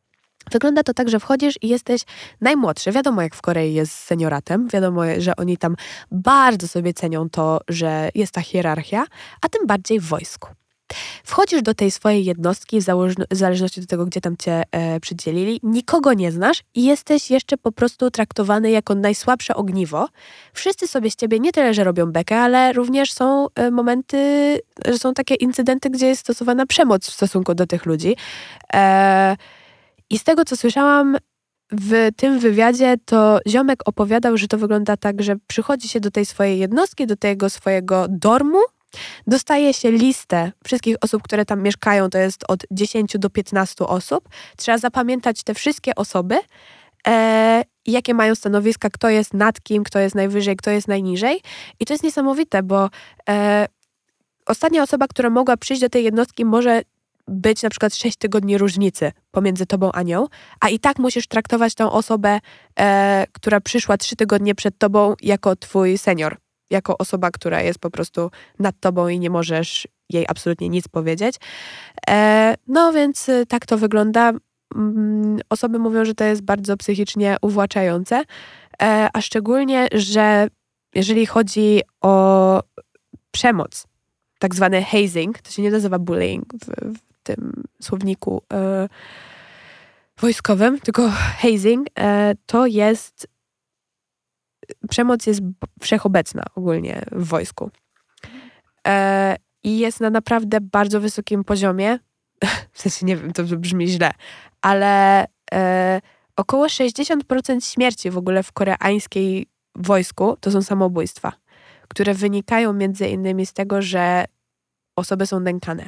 Wygląda to tak, że wchodzisz i jesteś najmłodszy. Wiadomo, jak w Korei jest z senioratem. Wiadomo, że oni tam bardzo sobie cenią to, że jest ta hierarchia, a tym bardziej w wojsku. Wchodzisz do tej swojej jednostki w, założ- w zależności od tego, gdzie tam cię e, przydzielili. Nikogo nie znasz i jesteś jeszcze po prostu traktowany jako najsłabsze ogniwo. Wszyscy sobie z ciebie nie tyle, że robią bekę, ale również są e, momenty, że są takie incydenty, gdzie jest stosowana przemoc w stosunku do tych ludzi. E, I z tego, co słyszałam w tym wywiadzie, to ziomek opowiadał, że to wygląda tak, że przychodzi się do tej swojej jednostki, do tego swojego dormu, dostaje się listę wszystkich osób, które tam mieszkają, to jest od dziesięciu do piętnastu osób. Trzeba zapamiętać te wszystkie osoby, e, jakie mają stanowiska, kto jest nad kim, kto jest najwyżej, kto jest najniżej. I to jest niesamowite, bo e, ostatnia osoba, która mogła przyjść do tej jednostki, może być na przykład sześć tygodni różnicy pomiędzy tobą a nią, a i tak musisz traktować tą osobę, e, która przyszła trzy tygodnie przed tobą jako twój senior, jako osoba, która jest po prostu nad tobą i nie możesz jej absolutnie nic powiedzieć. E, no więc y, tak to wygląda. Mm, osoby mówią, że to jest bardzo psychicznie uwłaczające, e, a szczególnie, że jeżeli chodzi o przemoc, tak zwany hazing, to się nie nazywa bullying w, w tym słowniku e, wojskowym, tylko hazing, e, to jest przemoc jest wszechobecna ogólnie w wojsku. E, I jest na naprawdę bardzo wysokim poziomie. W sensie, nie wiem, to brzmi źle, ale e, około sześćdziesiąt procent śmierci w ogóle w koreańskiej wojsku to są samobójstwa, które wynikają między innymi z tego, że osoby są nękane.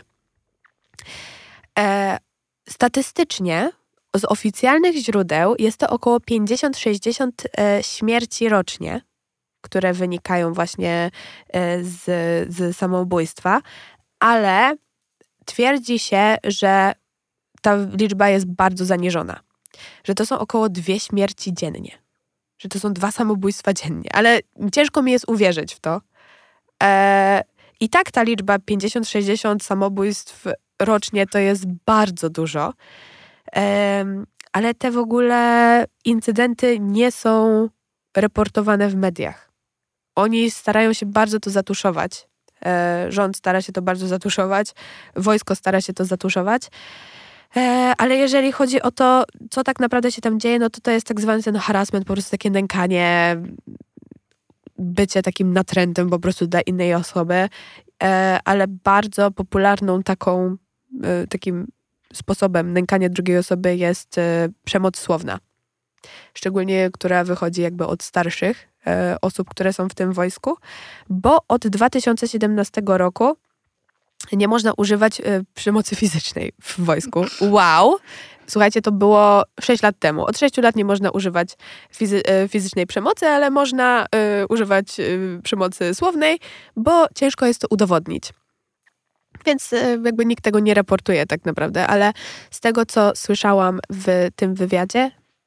E, statystycznie z oficjalnych źródeł jest to około pięćdziesiąt sześćdziesiąt e, śmierci rocznie, które wynikają właśnie e, z, z samobójstwa, ale twierdzi się, że ta liczba jest bardzo zaniżona. Że to są około dwie śmierci dziennie. Że to są dwa samobójstwa dziennie. Ale ciężko mi jest uwierzyć w to. E, I tak ta liczba pięćdziesiąt sześćdziesiąt samobójstw rocznie to jest bardzo dużo. Um, ale te w ogóle incydenty nie są reportowane w mediach. Oni starają się bardzo to zatuszować. E, rząd stara się to bardzo zatuszować, wojsko stara się to zatuszować. E, ale jeżeli chodzi o to, co tak naprawdę się tam dzieje, no to to jest tak zwany ten harassment, po prostu takie nękanie, bycie takim natrętem po prostu dla innej osoby. E, ale bardzo popularną taką, e, takim sposobem nękania drugiej osoby jest e, przemoc słowna. Szczególnie, która wychodzi jakby od starszych e, osób, które są w tym wojsku, bo od dwa tysiące siedemnastego roku nie można używać e, przemocy fizycznej w wojsku. Wow! Słuchajcie, to było sześć lat temu. Od sześciu lat nie można używać fizy- e, fizycznej przemocy, ale można e, używać e, przemocy słownej, bo ciężko jest to udowodnić. Więc jakby nikt tego nie raportuje tak naprawdę, ale z tego, co słyszałam w tym wywiadzie,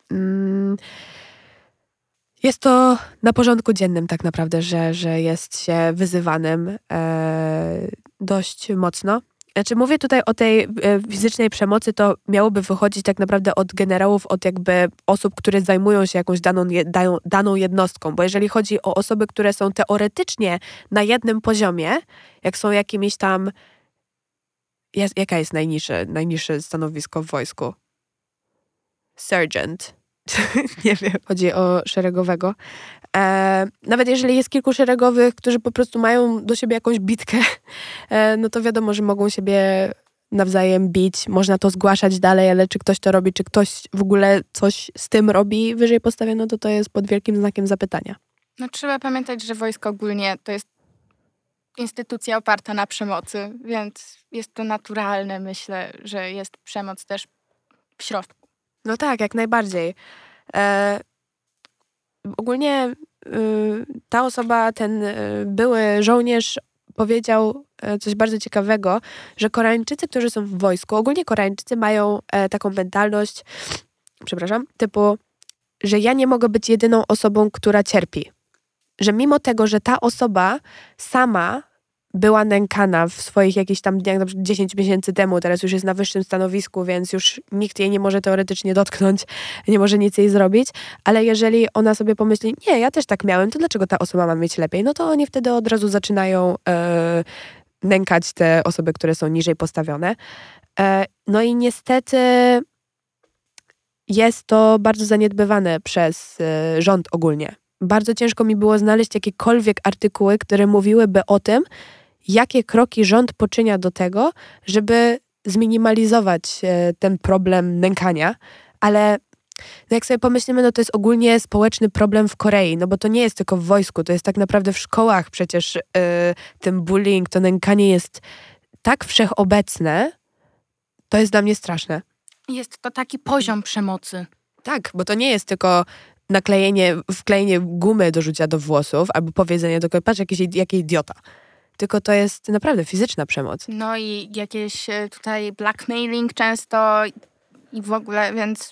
jest to na porządku dziennym tak naprawdę, że, że jest się wyzywanym e, dość mocno. Znaczy mówię tutaj o tej e, fizycznej przemocy, to miałoby wychodzić tak naprawdę od generałów, od jakby osób, które zajmują się jakąś daną, daną, daną jednostką, bo jeżeli chodzi o osoby, które są teoretycznie na jednym poziomie, jak są jakimiś tam. Jest, jaka jest najniższe, najniższe stanowisko w wojsku? Sergeant. Nie wiem. Chodzi o szeregowego. E, nawet jeżeli jest kilku szeregowych, którzy po prostu mają do siebie jakąś bitkę, e, no to wiadomo, że mogą siebie nawzajem bić. Można to zgłaszać dalej, ale czy ktoś to robi, czy ktoś w ogóle coś z tym robi wyżej postawione, to to jest pod wielkim znakiem zapytania. No trzeba pamiętać, że wojsko ogólnie to jest instytucja oparta na przemocy, więc jest to naturalne, myślę, że jest przemoc też w środku. No tak, jak najbardziej. E, ogólnie y, ta osoba, ten y, były żołnierz powiedział e, coś bardzo ciekawego, że Koreańczycy, którzy są w wojsku, ogólnie Koreańczycy mają e, taką mentalność, przepraszam, typu, że ja nie mogę być jedyną osobą, która cierpi. Że mimo tego, że ta osoba sama była nękana w swoich jakichś tam dniach, na przykład dziesięć miesięcy temu, teraz już jest na wyższym stanowisku, więc już nikt jej nie może teoretycznie dotknąć, nie może nic jej zrobić, ale jeżeli ona sobie pomyśli, nie, ja też tak miałem, to dlaczego ta osoba ma mieć lepiej? No to oni wtedy od razu zaczynają e, nękać te osoby, które są niżej postawione. E, no i niestety jest to bardzo zaniedbywane przez e, rząd ogólnie. Bardzo ciężko mi było znaleźć jakiekolwiek artykuły, które mówiłyby o tym, jakie kroki rząd poczynia do tego, żeby zminimalizować e, ten problem nękania, ale no jak sobie pomyślimy, no to jest ogólnie społeczny problem w Korei, no bo to nie jest tylko w wojsku, to jest tak naprawdę w szkołach przecież e, ten bullying, to nękanie jest tak wszechobecne, to jest dla mnie straszne. Jest to taki poziom przemocy. Tak, bo to nie jest tylko naklejenie, wklejenie gumy do rzucia do włosów albo powiedzenie do kogoś, patrz, jakiś, jaki idiota. Tylko to jest naprawdę fizyczna przemoc. No i jakieś tutaj blackmailing często i w ogóle, więc...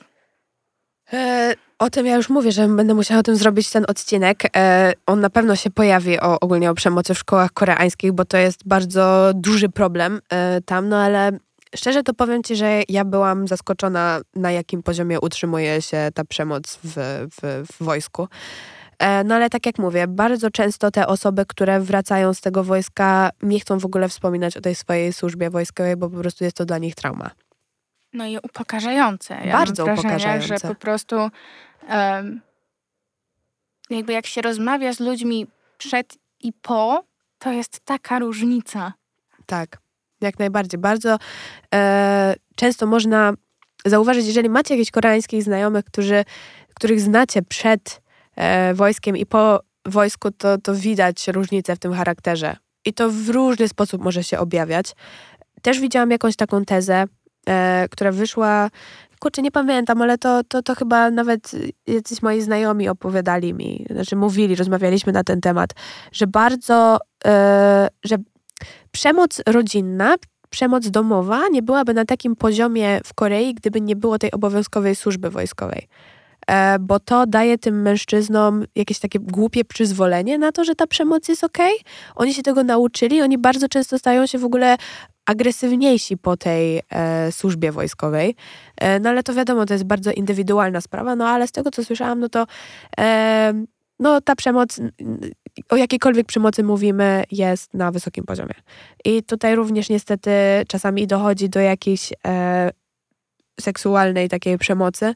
E, o tym ja już mówię, że będę musiała o tym zrobić ten odcinek. E, on na pewno się pojawi o, ogólnie o przemocy w szkołach koreańskich, bo to jest bardzo duży problem e, tam, no ale szczerze to powiem ci, że ja byłam zaskoczona, na jakim poziomie utrzymuje się ta przemoc w, w, w wojsku. No ale tak jak mówię, bardzo często te osoby, które wracają z tego wojska, nie chcą w ogóle wspominać o tej swojej służbie wojskowej, bo po prostu jest to dla nich trauma. No i upokarzające. Ja bardzo mam wrażenie, upokarzające. Że po prostu um, jakby jak się rozmawia z ludźmi przed i po, to jest taka różnica. Tak, jak najbardziej. Bardzo e, często można zauważyć, jeżeli macie jakichś koreańskich znajomych, którzy, których znacie przed e, wojskiem i po wojsku, to, to widać różnicę w tym charakterze. I to w różny sposób może się objawiać. Też widziałam jakąś taką tezę, e, która wyszła, kurczę, nie pamiętam, ale to, to, to chyba nawet jacyś moi znajomi opowiadali mi, znaczy mówili, rozmawialiśmy na ten temat, że bardzo, e, że przemoc rodzinna, przemoc domowa nie byłaby na takim poziomie w Korei, gdyby nie było tej obowiązkowej służby wojskowej. E, bo to daje tym mężczyznom jakieś takie głupie przyzwolenie na to, że ta przemoc jest okej. Oni się tego nauczyli, oni bardzo często stają się w ogóle agresywniejsi po tej e, służbie wojskowej. E, no ale to wiadomo, to jest bardzo indywidualna sprawa, no ale z tego, co słyszałam, no to e, no ta przemoc, o jakiejkolwiek przemocy mówimy, jest na wysokim poziomie. I tutaj również niestety czasami dochodzi do jakiejś e, seksualnej takiej przemocy,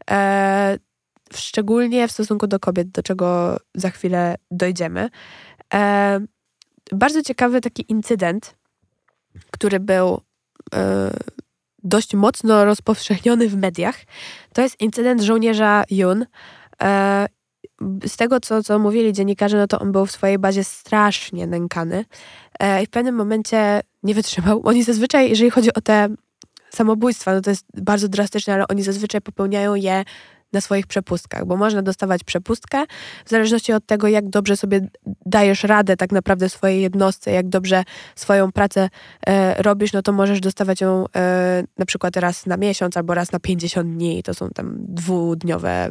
e, szczególnie w stosunku do kobiet, do czego za chwilę dojdziemy. E, bardzo ciekawy taki incydent, który był e, dość mocno rozpowszechniony w mediach, to jest incydent żołnierza Jun. E, z tego, co, co mówili dziennikarze, no to on był w swojej bazie strasznie nękany e, i w pewnym momencie nie wytrzymał. Oni zazwyczaj, jeżeli chodzi o te samobójstwa, no to jest bardzo drastyczne, ale oni zazwyczaj popełniają je na swoich przepustkach, bo można dostawać przepustkę w zależności od tego, jak dobrze sobie dajesz radę tak naprawdę swojej jednostce, jak dobrze swoją pracę e, robisz, no to możesz dostawać ją e, na przykład raz na miesiąc albo raz na pięćdziesiąt dni. To są tam dwudniowe e,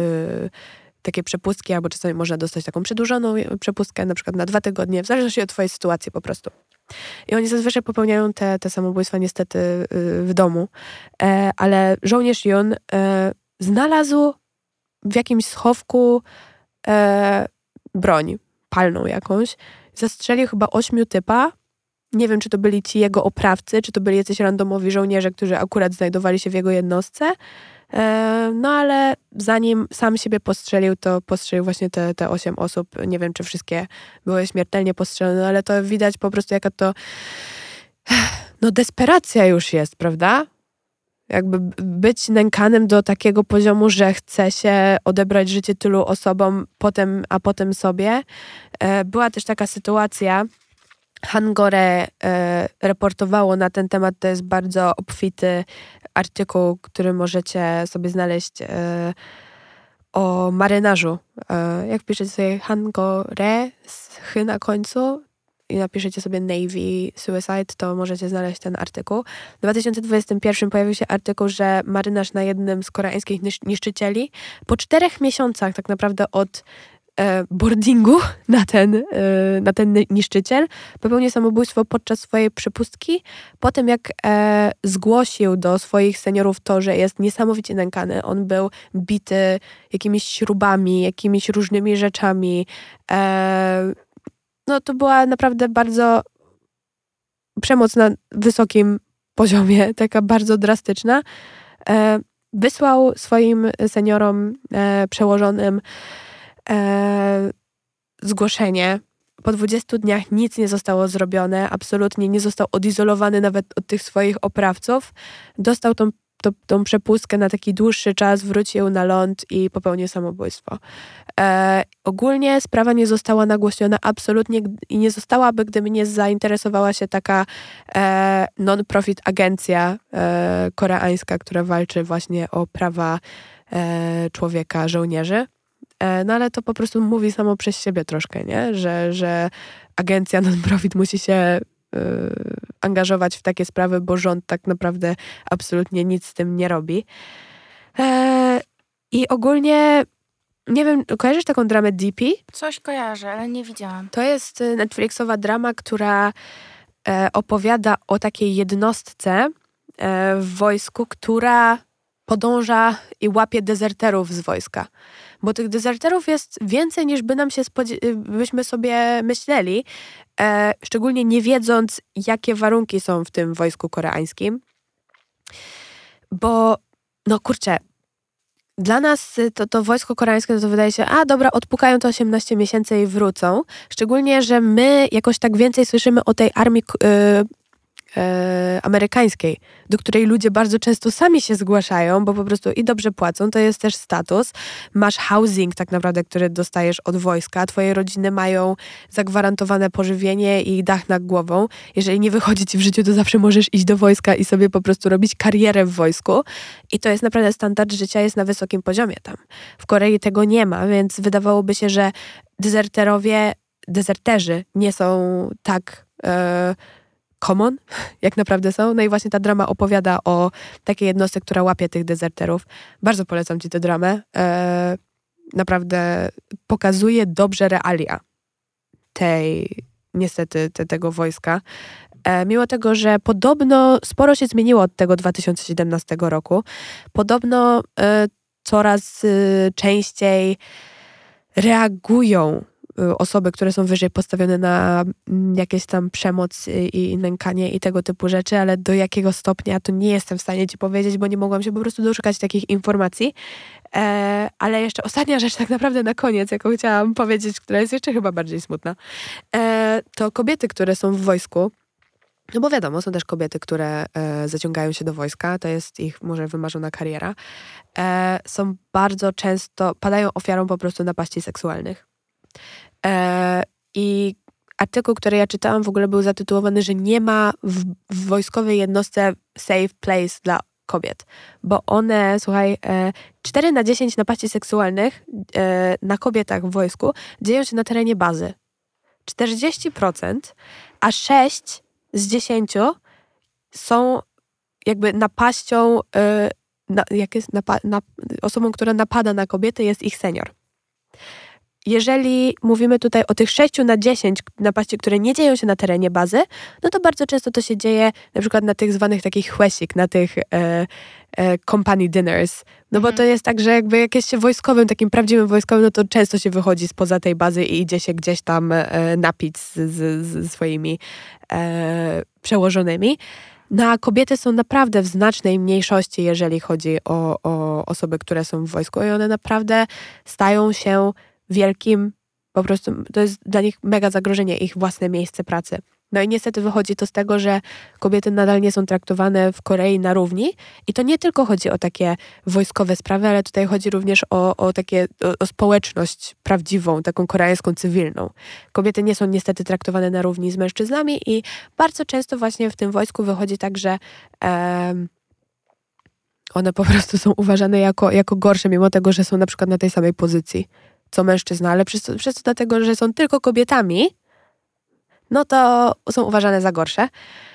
takie przepustki, albo czasami można dostać taką przedłużoną przepustkę, na przykład na dwa tygodnie, w zależności od twojej sytuacji po prostu. I oni zazwyczaj popełniają te, te samobójstwa niestety e, w domu, e, ale żołnierz Jun e, znalazł w jakimś schowku e, broń palną jakąś. Zastrzelił chyba ośmiu typa. Nie wiem, czy to byli ci jego oprawcy, czy to byli jacyś randomowi żołnierze, którzy akurat znajdowali się w jego jednostce. E, no ale zanim sam siebie postrzelił, to postrzelił właśnie te, te osiem osób. Nie wiem, czy wszystkie były śmiertelnie postrzelone, ale to widać po prostu, jaka to no desperacja już jest, prawda? Jakby być nękanym do takiego poziomu, że chce się odebrać życie tylu osobom, potem, a potem sobie. Była też taka sytuacja, Hangore e, reportowało na ten temat, to jest bardzo obfity artykuł, który możecie sobie znaleźć e, o marynarzu. E, jak piszecie sobie Hangore z chy na końcu i napiszecie sobie Navy Suicide, to możecie znaleźć ten artykuł. W dwa tysiące dwudziestym pierwszym pojawił się artykuł, że marynarz na jednym z koreańskich niszczycieli po czterech miesiącach tak naprawdę od boardingu na ten, na ten niszczyciel popełnił samobójstwo podczas swojej przepustki, po tym jak zgłosił do swoich seniorów to, że jest niesamowicie nękany. On był bity jakimiś śrubami, jakimiś różnymi rzeczami. No to była naprawdę bardzo przemoc na wysokim poziomie, taka bardzo drastyczna. Wysłał swoim seniorom przełożonym E, zgłoszenie. Po dwudziestu dniach nic nie zostało zrobione, absolutnie nie został odizolowany nawet od tych swoich oprawców. Dostał tą, tą, tą przepustkę na taki dłuższy czas, wrócił na ląd i popełnił samobójstwo. E, ogólnie sprawa nie została nagłośniona absolutnie i nie zostałaby, gdyby nie zainteresowała się taka e, non-profit agencja e, koreańska, która walczy właśnie o prawa e, człowieka, żołnierzy. No ale to po prostu mówi samo przez siebie troszkę, nie? Że, że agencja non-profit musi się y, angażować w takie sprawy, bo rząd tak naprawdę absolutnie nic z tym nie robi. E, I ogólnie, nie wiem, kojarzysz taką dramę D P? Coś kojarzę, ale nie widziałam. To jest Netflixowa drama, która e, opowiada o takiej jednostce e, w wojsku, która podąża i łapie dezerterów z wojska. Bo tych dezerterów jest więcej niż by nam się spodzie- byśmy sobie myśleli, e, szczególnie nie wiedząc, jakie warunki są w tym wojsku koreańskim. Bo, no kurczę, dla nas to, to wojsko koreańskie no to wydaje się, a dobra, odpukają to osiemnaście miesięcy i wrócą. Szczególnie, że my jakoś tak więcej słyszymy o tej armii e, E, amerykańskiej, do której ludzie bardzo często sami się zgłaszają, bo po prostu i dobrze płacą, to jest też status. Masz housing tak naprawdę, który dostajesz od wojska, twoje rodziny mają zagwarantowane pożywienie i dach nad głową. Jeżeli nie wychodzi ci w życiu, to zawsze możesz iść do wojska i sobie po prostu robić karierę w wojsku i to jest naprawdę standard życia, jest na wysokim poziomie tam. W Korei tego nie ma, więc wydawałoby się, że dezerterowie, dezerterzy nie są tak e, common, jak naprawdę są. No i właśnie ta drama opowiada o takiej jednostce, która łapie tych dezerterów. Bardzo polecam ci tę dramę. E, naprawdę pokazuje dobrze realia tej, niestety, te, tego wojska. E, mimo tego, że podobno sporo się zmieniło od tego dwa tysiące siedemnastego roku. Podobno e, coraz e, częściej reagują osoby, które są wyżej postawione na jakieś tam przemoc i nękanie i tego typu rzeczy, ale do jakiego stopnia to nie jestem w stanie ci powiedzieć, bo nie mogłam się po prostu doszukać takich informacji. E, ale jeszcze ostatnia rzecz tak naprawdę na koniec, jaką chciałam powiedzieć, która jest jeszcze chyba bardziej smutna, e, to kobiety, które są w wojsku, no bo wiadomo, są też kobiety, które e, zaciągają się do wojska, to jest ich może wymarzona kariera, e, są bardzo często, padają ofiarą po prostu napaści seksualnych. E, I artykuł, który ja czytałam, w ogóle był zatytułowany, że nie ma w, w wojskowej jednostce safe place dla kobiet, bo one, słuchaj, e, cztery na dziesięć napaści seksualnych e, na kobietach w wojsku dzieją się na terenie bazy. czterdzieści procent, a sześć z dziesięciu są jakby napaścią, e, na, jak jest napa- na, osobą, która napada na kobiety, jest ich senior. Jeżeli mówimy tutaj o tych sześciu na dziesięć napaści, które nie dzieją się na terenie bazy, no to bardzo często to się dzieje na przykład na tych zwanych takich chłesik, na tych e, e, company dinners. No bo to jest tak, że jakby jakieś się wojskowym, takim prawdziwym wojskowym, no to często się wychodzi spoza tej bazy i idzie się gdzieś tam e, napić z, z, z swoimi e, przełożonymi. No a kobiety są naprawdę w znacznej mniejszości, jeżeli chodzi o, o osoby, które są w wojsku i one naprawdę stają się wielkim, po prostu to jest dla nich mega zagrożenie, ich własne miejsce pracy. No i niestety wychodzi to z tego, że kobiety nadal nie są traktowane w Korei na równi i to nie tylko chodzi o takie wojskowe sprawy, ale tutaj chodzi również o, o takie, o, o społeczność prawdziwą, taką koreańską, cywilną. Kobiety nie są niestety traktowane na równi z mężczyznami i bardzo często właśnie w tym wojsku wychodzi tak, że um, one po prostu są uważane jako, jako gorsze, mimo tego, że są na przykład na tej samej pozycji co mężczyzna, ale przez, przez to dlatego, że są tylko kobietami, no to są uważane za gorsze.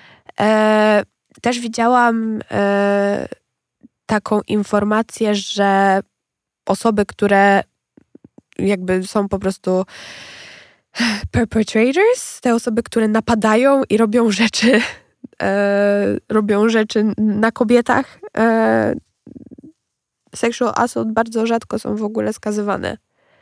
E, też widziałam e, taką informację, że osoby, które jakby są po prostu perpetrators, te osoby, które napadają i robią rzeczy e, robią rzeczy na kobietach. E, sexual assault bardzo rzadko są w ogóle skazywane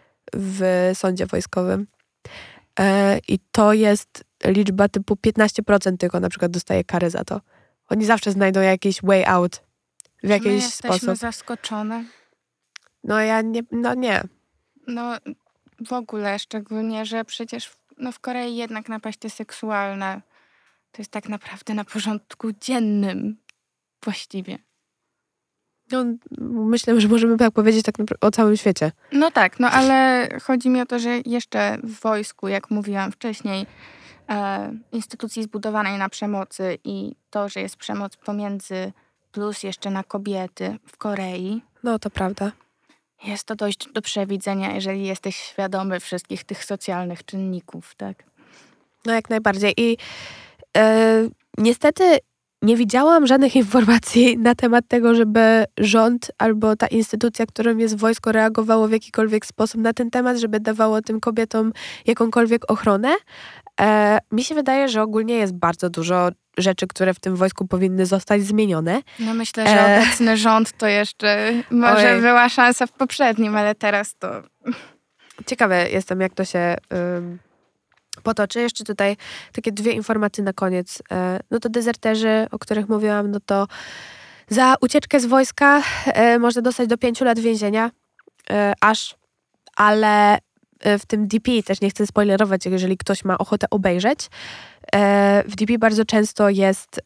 w sądzie wojskowym. E, I to jest liczba typu piętnaście procent tylko na przykład dostaje karę za to. Oni zawsze znajdą jakiś way out w jakiś My jesteśmy sposób. zaskoczone. No ja nie, no nie. No w ogóle, szczególnie, że przecież no, w Korei jednak napaści seksualne to jest tak naprawdę na porządku dziennym właściwie. No, myślę, że możemy tak powiedzieć tak o całym świecie. No tak, no ale chodzi mi o to, że jeszcze w wojsku, jak mówiłam wcześniej, e, instytucji zbudowanej na przemocy i to, że jest przemoc pomiędzy plus jeszcze na kobiety w Korei. No to prawda. Jest to dość do przewidzenia, jeżeli jesteś świadomy wszystkich tych socjalnych czynników, tak? No jak najbardziej. I e, niestety nie widziałam żadnych informacji na temat tego, żeby rząd albo ta instytucja, którą jest wojsko, reagowało w jakikolwiek sposób na ten temat, żeby dawało tym kobietom jakąkolwiek ochronę. E, mi się wydaje, że ogólnie jest bardzo dużo rzeczy, które w tym wojsku powinny zostać zmienione. No myślę, że e... obecny rząd to jeszcze może Ojej. była szansa w poprzednim, ale teraz to... Ciekawe jestem, jak to się ym, potoczy. Jeszcze tutaj takie dwie informacje na koniec. E, no to dezerterzy, o których mówiłam, no to za ucieczkę z wojska e, można dostać do pięciu lat więzienia. E, aż. Ale w tym D P, też nie chcę spoilerować, jeżeli ktoś ma ochotę obejrzeć, w D P bardzo często jest,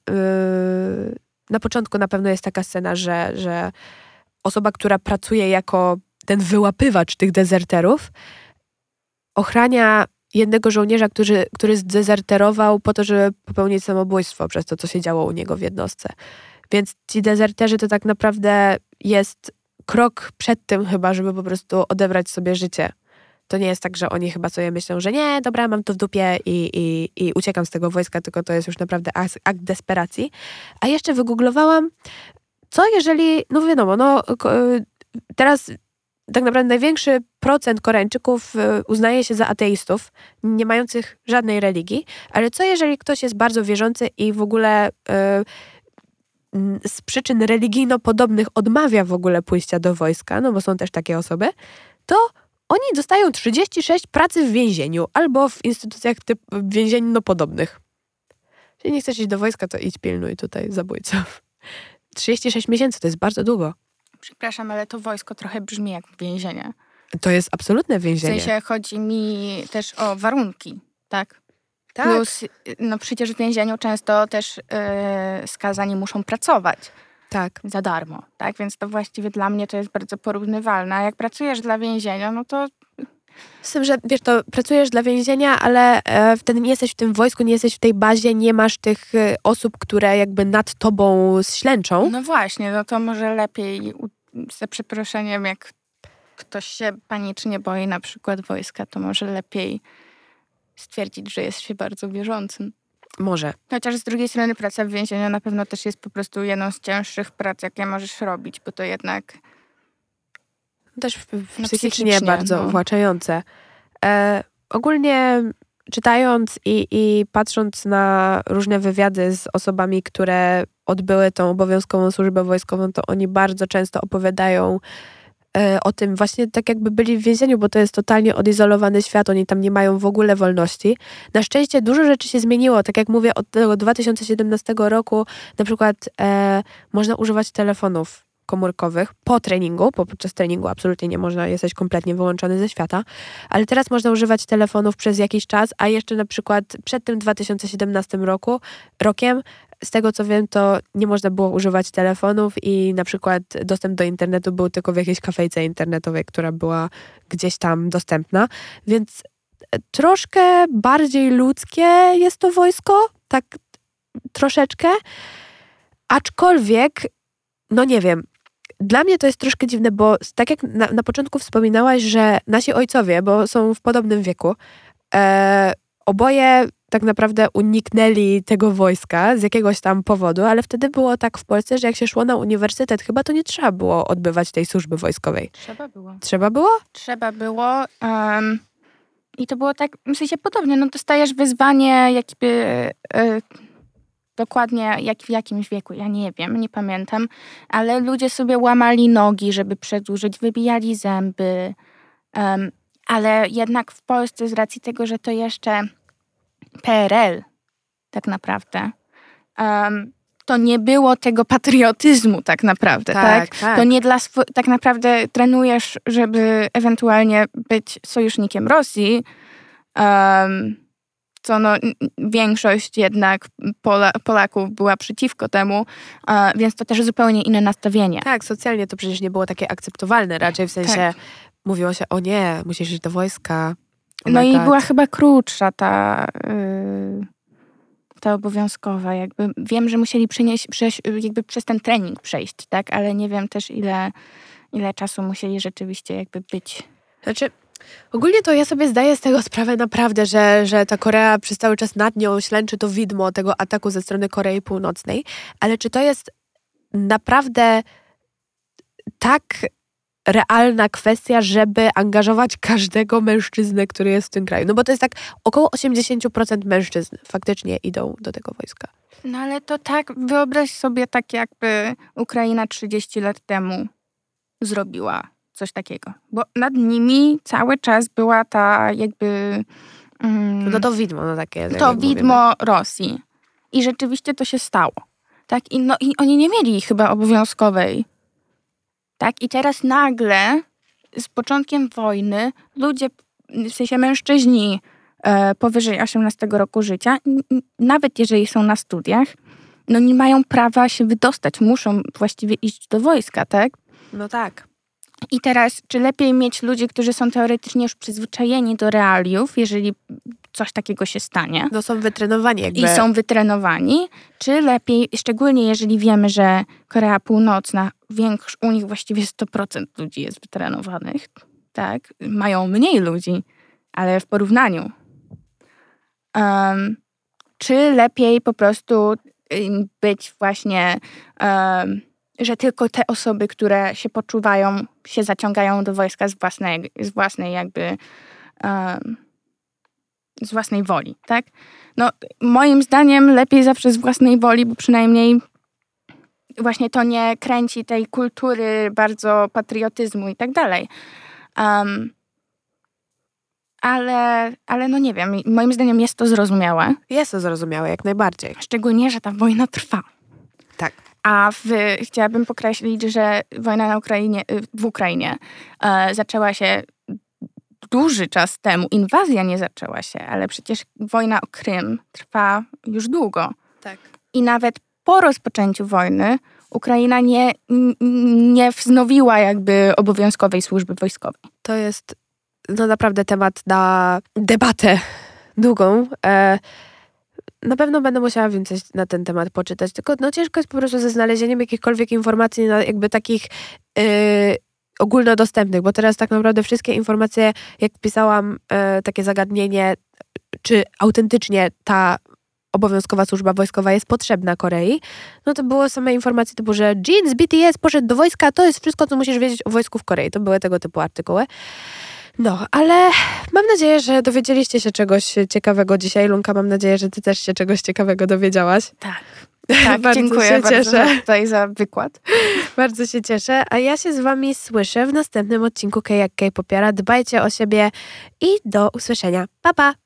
na początku na pewno jest taka scena, że, że osoba, która pracuje jako ten wyłapywacz tych dezerterów, ochrania jednego żołnierza, który, który zdezerterował po to, żeby popełnić samobójstwo przez to, co się działo u niego w jednostce. Więc ci dezerterzy to tak naprawdę jest krok przed tym chyba, żeby po prostu odebrać sobie życie. To nie jest tak, że oni chyba sobie myślą, że nie, dobra, mam to w dupie i, i, i uciekam z tego wojska, tylko to jest już naprawdę akt, akt desperacji. A jeszcze wygooglowałam, co jeżeli, no wiadomo, no teraz tak naprawdę największy procent Koreańczyków uznaje się za ateistów, nie mających żadnej religii, ale co jeżeli ktoś jest bardzo wierzący i w ogóle yy, z przyczyn religijno-podobnych odmawia w ogóle pójścia do wojska, no bo są też takie osoby, to oni dostają trzydzieści sześć pracy w więzieniu albo w instytucjach typ więzienno-podobnych. Jeśli nie chcesz iść do wojska, to idź pilnuj tutaj zabójców. trzydzieści sześć miesięcy to jest bardzo długo. Przepraszam, ale to wojsko trochę brzmi jak więzienie. To jest absolutne więzienie. W sensie chodzi mi też o warunki, tak? Tak. Plus, no przecież w więzieniu często też yy, skazani muszą pracować. Tak. Za darmo, tak? Więc to właściwie dla mnie to jest bardzo porównywalne. A jak pracujesz dla więzienia, no to... Z tym, że wiesz, to pracujesz dla więzienia, ale e, wtedy nie jesteś w tym wojsku, nie jesteś w tej bazie, nie masz tych e, osób, które jakby nad tobą ślęczą. No właśnie, no to może lepiej, za przeproszeniem, jak ktoś się panicznie boi na przykład wojska, to może lepiej stwierdzić, że jest się bardzo wierzącym. Może. Chociaż z drugiej strony praca w więzieniu na pewno też jest po prostu jedną z cięższych prac, jakie możesz robić, bo to jednak... Też psychicznie, no, psychicznie bardzo no. uwłaczające. E, ogólnie czytając i, i patrząc na różne wywiady z osobami, które odbyły tą obowiązkową służbę wojskową, to oni bardzo często opowiadają e, o tym właśnie tak jakby byli w więzieniu, bo to jest totalnie odizolowany świat, oni tam nie mają w ogóle wolności. Na szczęście dużo rzeczy się zmieniło, tak jak mówię, od tego dwa tysiące siedemnastego roku na przykład e, można używać telefonów komórkowych po treningu, bo podczas treningu absolutnie nie można, jesteś kompletnie wyłączony ze świata, ale teraz można używać telefonów przez jakiś czas, a jeszcze na przykład przed tym dwa tysiące siedemnastym roku, rokiem, z tego co wiem, to nie można było używać telefonów i na przykład dostęp do internetu był tylko w jakiejś kafejce internetowej, która była gdzieś tam dostępna, więc troszkę bardziej ludzkie jest to wojsko, tak troszeczkę, aczkolwiek no nie wiem, dla mnie to jest troszkę dziwne, bo tak jak na, na początku wspominałaś, że nasi ojcowie, bo są w podobnym wieku, e, oboje tak naprawdę uniknęli tego wojska z jakiegoś tam powodu, ale wtedy było tak w Polsce, że jak się szło na uniwersytet, chyba to nie trzeba było odbywać tej służby wojskowej. Trzeba było. Trzeba było? Trzeba było. Um, I to było tak, w sensie podobnie, no dostajesz wyzwanie jakby y, dokładnie jak w jakimś wieku, ja nie wiem, nie pamiętam, ale ludzie sobie łamali nogi, żeby przedłużyć, wybijali zęby, um, ale jednak w Polsce z racji tego, że to jeszcze P R L tak naprawdę, um, to nie było tego patriotyzmu tak naprawdę, tak? Tak, tak. To nie dla swo- tak naprawdę trenujesz, żeby ewentualnie być sojusznikiem Rosji, um, co no większość jednak Pola- Polaków była przeciwko temu, uh, więc to też zupełnie inne nastawienie. Tak, socjalnie to przecież nie było takie akceptowalne, raczej w sensie Tak. mówiło się, o nie, musisz iść do wojska. Oh No my i God. była chyba krótsza ta, yy, ta obowiązkowa. Jakby wiem, że musieli przenieść, przejść, jakby przez ten trening przejść, tak? Ale nie wiem też ile, ile czasu musieli rzeczywiście jakby być. Znaczy, ogólnie to ja sobie zdaję z tego sprawę naprawdę, że, że ta Korea przez cały czas nad nią ślęczy to widmo tego ataku ze strony Korei Północnej, ale czy to jest naprawdę tak realna kwestia, żeby angażować każdego mężczyznę, który jest w tym kraju? No bo to jest tak, około osiemdziesiąt procent mężczyzn faktycznie idą do tego wojska. No ale to tak, wyobraź sobie tak jakby Ukraina trzydzieści lat temu zrobiła coś takiego. Bo nad nimi cały czas była ta jakby... Mm, No to widmo, no takie. to jak widmo mówimy. Rosji. I rzeczywiście to się stało. Tak? I, no, I oni nie mieli chyba obowiązkowej. Tak? I teraz nagle z początkiem wojny ludzie, w sensie mężczyźni e, powyżej osiemnastego roku życia, n- n- nawet jeżeli są na studiach, no nie mają prawa się wydostać. Muszą właściwie iść do wojska, tak? No tak. I teraz, czy lepiej mieć ludzi, którzy są teoretycznie już przyzwyczajeni do realiów, jeżeli coś takiego się stanie? No są wytrenowani jakby. I są wytrenowani, czy lepiej, szczególnie jeżeli wiemy, że Korea Północna, większ, u nich właściwie sto procent ludzi jest wytrenowanych, tak? Mają mniej ludzi, ale w porównaniu. Um, czy lepiej po prostu um, być właśnie, um, że tylko te osoby, które się poczuwają, się zaciągają do wojska z własnej, z własnej jakby... Um, z własnej woli, tak? No, moim zdaniem lepiej zawsze z własnej woli, bo przynajmniej właśnie to nie kręci tej kultury bardzo patriotyzmu i tak dalej. Um, ale, ale no nie wiem, moim zdaniem jest to zrozumiałe. Jest to zrozumiałe, jak najbardziej. Szczególnie, że ta wojna trwa. Tak. A w, chciałabym podkreślić, że wojna na Ukrainie, w Ukrainie e, zaczęła się duży czas temu. Inwazja nie zaczęła się, ale przecież wojna o Krym trwa już długo. Tak. I nawet po rozpoczęciu wojny Ukraina nie, nie wznowiła jakby obowiązkowej służby wojskowej. To jest no naprawdę temat na debatę długą. E, na pewno będę musiała więcej na ten temat poczytać, tylko no ciężko jest po prostu ze znalezieniem jakichkolwiek informacji na jakby takich yy, ogólnodostępnych, bo teraz tak naprawdę wszystkie informacje, jak pisałam e, takie zagadnienie, czy autentycznie ta obowiązkowa służba wojskowa jest potrzebna Korei, no to było same informacje typu, że Jin z B T S poszedł do wojska, to jest wszystko, co musisz wiedzieć o wojsku w Korei. To były tego typu artykuły. No, ale mam nadzieję, że dowiedzieliście się czegoś ciekawego dzisiaj. Lunka, mam nadzieję, że ty też się czegoś ciekawego dowiedziałaś. Tak. Tak, bardzo dziękuję się bardzo cieszę. tutaj za wykład. Bardzo się cieszę, a ja się z wami słyszę w następnym odcinku K jak K-popiara. Dbajcie o siebie i do usłyszenia. Pa, pa!